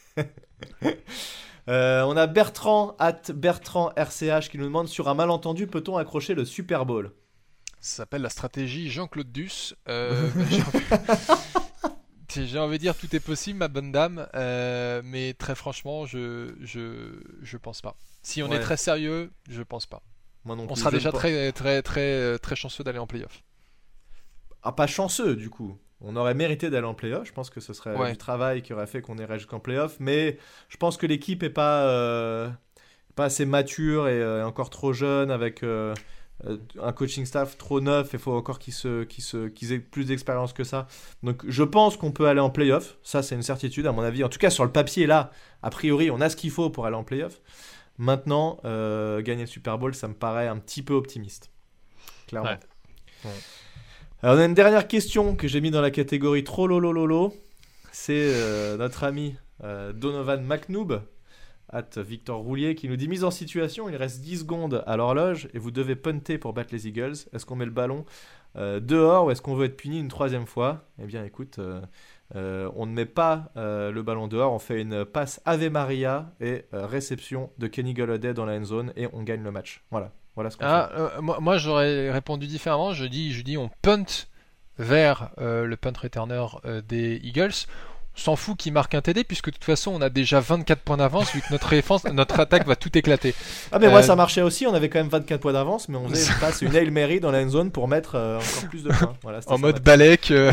Euh, on a Bertrand, at Bertrand R C H, qui nous demande sur un malentendu, peut-on accrocher le Super Bowl? Ça s'appelle la stratégie Jean-Claude Duss. Euh, j'ai envie- J'ai envie de dire tout est possible, ma bonne dame, euh, mais très franchement, je, je, je pense pas. Si on Ouais. est très sérieux, je pense pas. Moi non On plus, sera je déjà ne pense- très, très, très, très chanceux d'aller en playoff. Ah, pas chanceux du coup. On aurait mérité d'aller en playoff. Je pense que ce serait Ouais. du travail qui aurait fait qu'on irait jusqu'en playoff. Mais je pense que l'équipe est pas, euh, pas assez mature et euh, encore trop jeune avec euh, euh, un coaching staff trop neuf. Il faut encore qu'ils se, qu'ils se, qu'ils aient plus d'expérience que ça. Donc je pense qu'on peut aller en playoff. Ça, c'est une certitude à mon avis. En tout cas, sur le papier, là, a priori, on a ce qu'il faut pour aller en playoff. Maintenant, euh, gagner le Super Bowl, ça me paraît un petit peu optimiste. Clairement. Ouais. Ouais. Alors, on a une dernière question que j'ai mis dans la catégorie trop lolo lolo. C'est euh, notre ami euh, Donovan McNoob, at Victor Roulier, qui nous dit mise en situation, il reste dix secondes à l'horloge et vous devez punter pour battre les Eagles. Est-ce qu'on met le ballon euh, dehors ou est-ce qu'on veut être puni une troisième fois? Eh bien, écoute, euh, euh, on ne met pas euh, le ballon dehors, on fait une passe Ave Maria et euh, réception de Kenny Golladay dans la end zone et on gagne le match. Voilà, voilà ce qu'on Ah, euh, moi, moi, j'aurais répondu différemment. Je dis, je dis on punt vers euh, le punt returner euh, des Eagles. On s'en fout qu'il marque un T D puisque de toute façon on a déjà vingt-quatre points d'avance vu que notre, défense, notre attaque va tout éclater. Ah mais moi Euh, ça marchait aussi, on avait quand même vingt-quatre points d'avance, mais on faisait une passe, une Hail Mary dans la end zone pour mettre euh, encore plus de points. Voilà, c'était En ça, mode ma- Balek. euh,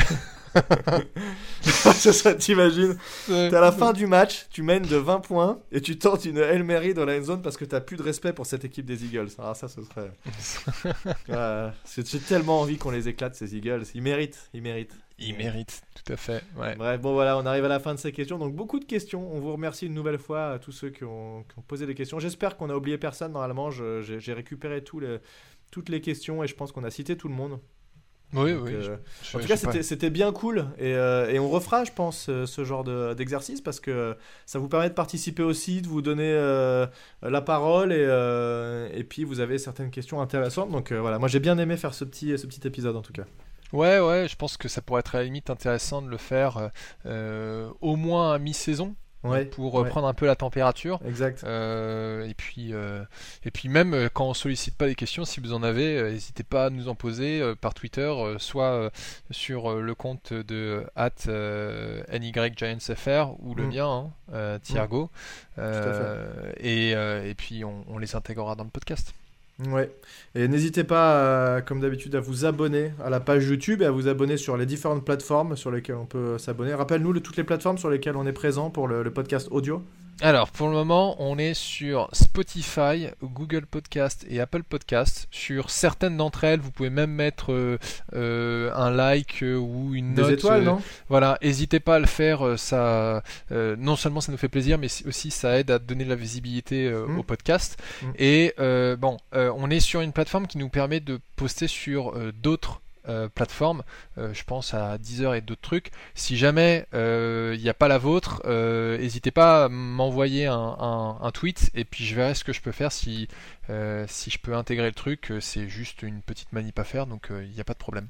C'est ça, t'imagines. euh, T'es à la fin du match, tu mènes de vingt points et tu tentes une Hail Mary dans la end zone parce que t'as plus de respect pour cette équipe des Eagles. Alors ça, ce serait... Ouais, c'est- j'ai tellement envie qu'on les éclate ces Eagles, ils méritent, ils méritent. Il mérite, tout à fait. Ouais. Bref, bon voilà, on arrive à la fin de ces questions. Donc beaucoup de questions. On vous remercie une nouvelle fois à tous ceux qui ont, qui ont posé des questions. J'espère qu'on a oublié personne. Normalement, je- j'ai j'ai récupéré tous les- toutes les questions et je pense qu'on a cité tout le monde. Oui, Donc, oui. euh, je- en je- tout je cas, sais pas. c'était c'était bien cool. Et, euh, et on refera, je pense, euh, ce genre de- d'exercice parce que ça vous permet de participer aussi, de vous donner euh, la parole et, euh, et puis vous avez certaines questions intéressantes. Donc euh, voilà, moi j'ai bien aimé faire ce petit, ce petit épisode en tout cas. Ouais, ouais, je pense que ça pourrait être à la limite intéressant de le faire euh, euh, au moins à mi-saison Ouais, pour euh, ouais. prendre un peu la température. Exact. Euh, et puis, euh, et puis même euh, quand on sollicite pas des questions, si vous en avez, euh, n'hésitez pas à nous en poser euh, par Twitter, euh, soit euh, sur euh, le compte de at euh, N Y Giants F R ou le Mm. mien, hein, euh, Thiergo. à Euh, et, euh, et puis on, on les intégrera dans le podcast. Ouais, et n'hésitez pas, à, comme d'habitude, à vous abonner à la page YouTube et à vous abonner sur les différentes plateformes sur lesquelles on peut s'abonner. Rappelle-nous le, toutes les plateformes sur lesquelles on est présent pour le, le podcast audio. Alors, pour le moment, on est sur Spotify, Google Podcast et Apple Podcast. Sur certaines d'entre elles, vous pouvez même mettre euh, euh, un like euh, ou une Des note. étoiles, euh, non ? Voilà, n'hésitez pas à le faire. euh, Ça, euh, non seulement ça nous fait plaisir, mais c- aussi ça aide à donner de la visibilité euh, Mm. au podcast. Mm. Et euh, bon, euh, on est sur une plateforme qui nous permet de poster sur euh, d'autres euh, plateformes. Euh, je pense à Deezer et d'autres trucs. Si jamais il euh, n'y a pas la vôtre, euh, n'hésitez pas à m'envoyer un, un, un tweet et puis je verrai ce que je peux faire si, euh, si je peux intégrer le truc. C'est juste une petite manip à faire, donc il euh, n'y a pas de problème.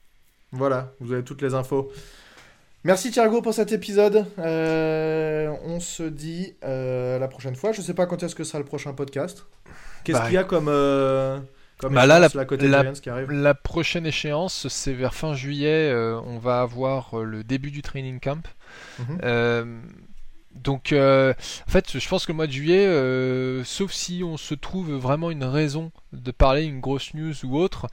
Voilà, vous avez toutes les infos. Merci Thiago pour cet épisode. Euh, on se dit euh, la prochaine fois. Je sais pas quand est-ce que sera le prochain podcast. Qu'est-ce Bah, qu'il y a comme, euh, comme bah là, échéance, la- là, côté la- Giants qui arrive ? La prochaine échéance, c'est vers fin juillet. euh, on va avoir euh, le début du training camp. Mhm. Euh, donc, euh, en fait, je pense que le mois de juillet, euh, sauf si on se trouve vraiment une raison de parler, une grosse news ou autre,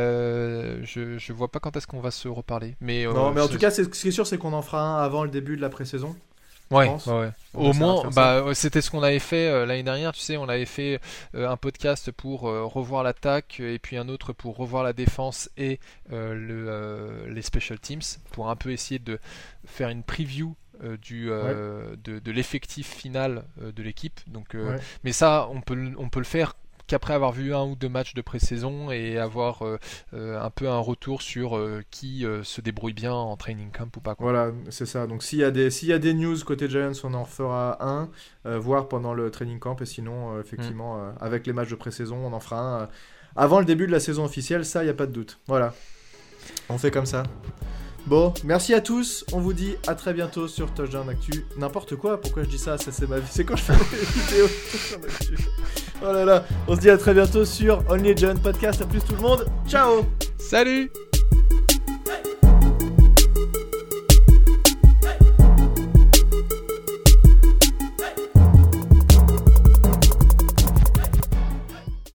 euh, je, je vois pas quand est-ce qu'on va se reparler. Mais, euh, Non, mais en c'est- tout cas, c'est, ce qui est sûr, c'est qu'on en fera un avant le début de la pré-saison. ouais, pense. ouais, ouais. On Au essaiera de moins, faire bah, ouais, c'était ce qu'on avait fait euh, l'année dernière. Tu sais, on avait fait euh, un podcast pour euh, revoir l'attaque et puis un autre pour revoir la défense et euh, le, euh, les special teams pour un peu essayer de faire une preview euh, du, euh, de, de l'effectif final euh, de l'équipe. Donc, euh, Ouais. mais ça, on peut, le- on peut le faire qu'après avoir vu un ou deux matchs de pré-saison et avoir euh, euh, un peu un retour sur euh, qui euh, se débrouille bien en training camp ou pas, quoi. Voilà, c'est ça. Donc s'il y a des, s'il y a des news côté Giants, on en fera un, euh, voire pendant le training camp. Et sinon, euh, effectivement, euh, avec les matchs de pré-saison, on en fera un euh, avant le début de la saison officielle. Ça, il n'y a pas de doute. Voilà, on fait comme ça. Bon, merci à tous. On vous dit à très bientôt sur Touchdown Actu. N'importe quoi, pourquoi je dis ça? Ça, c'est ma vie. C'est quand je fais des vidéos Touchdown Actu. Oh là là, on se dit à très bientôt sur Only John Podcast. À plus tout le monde. Ciao. Salut!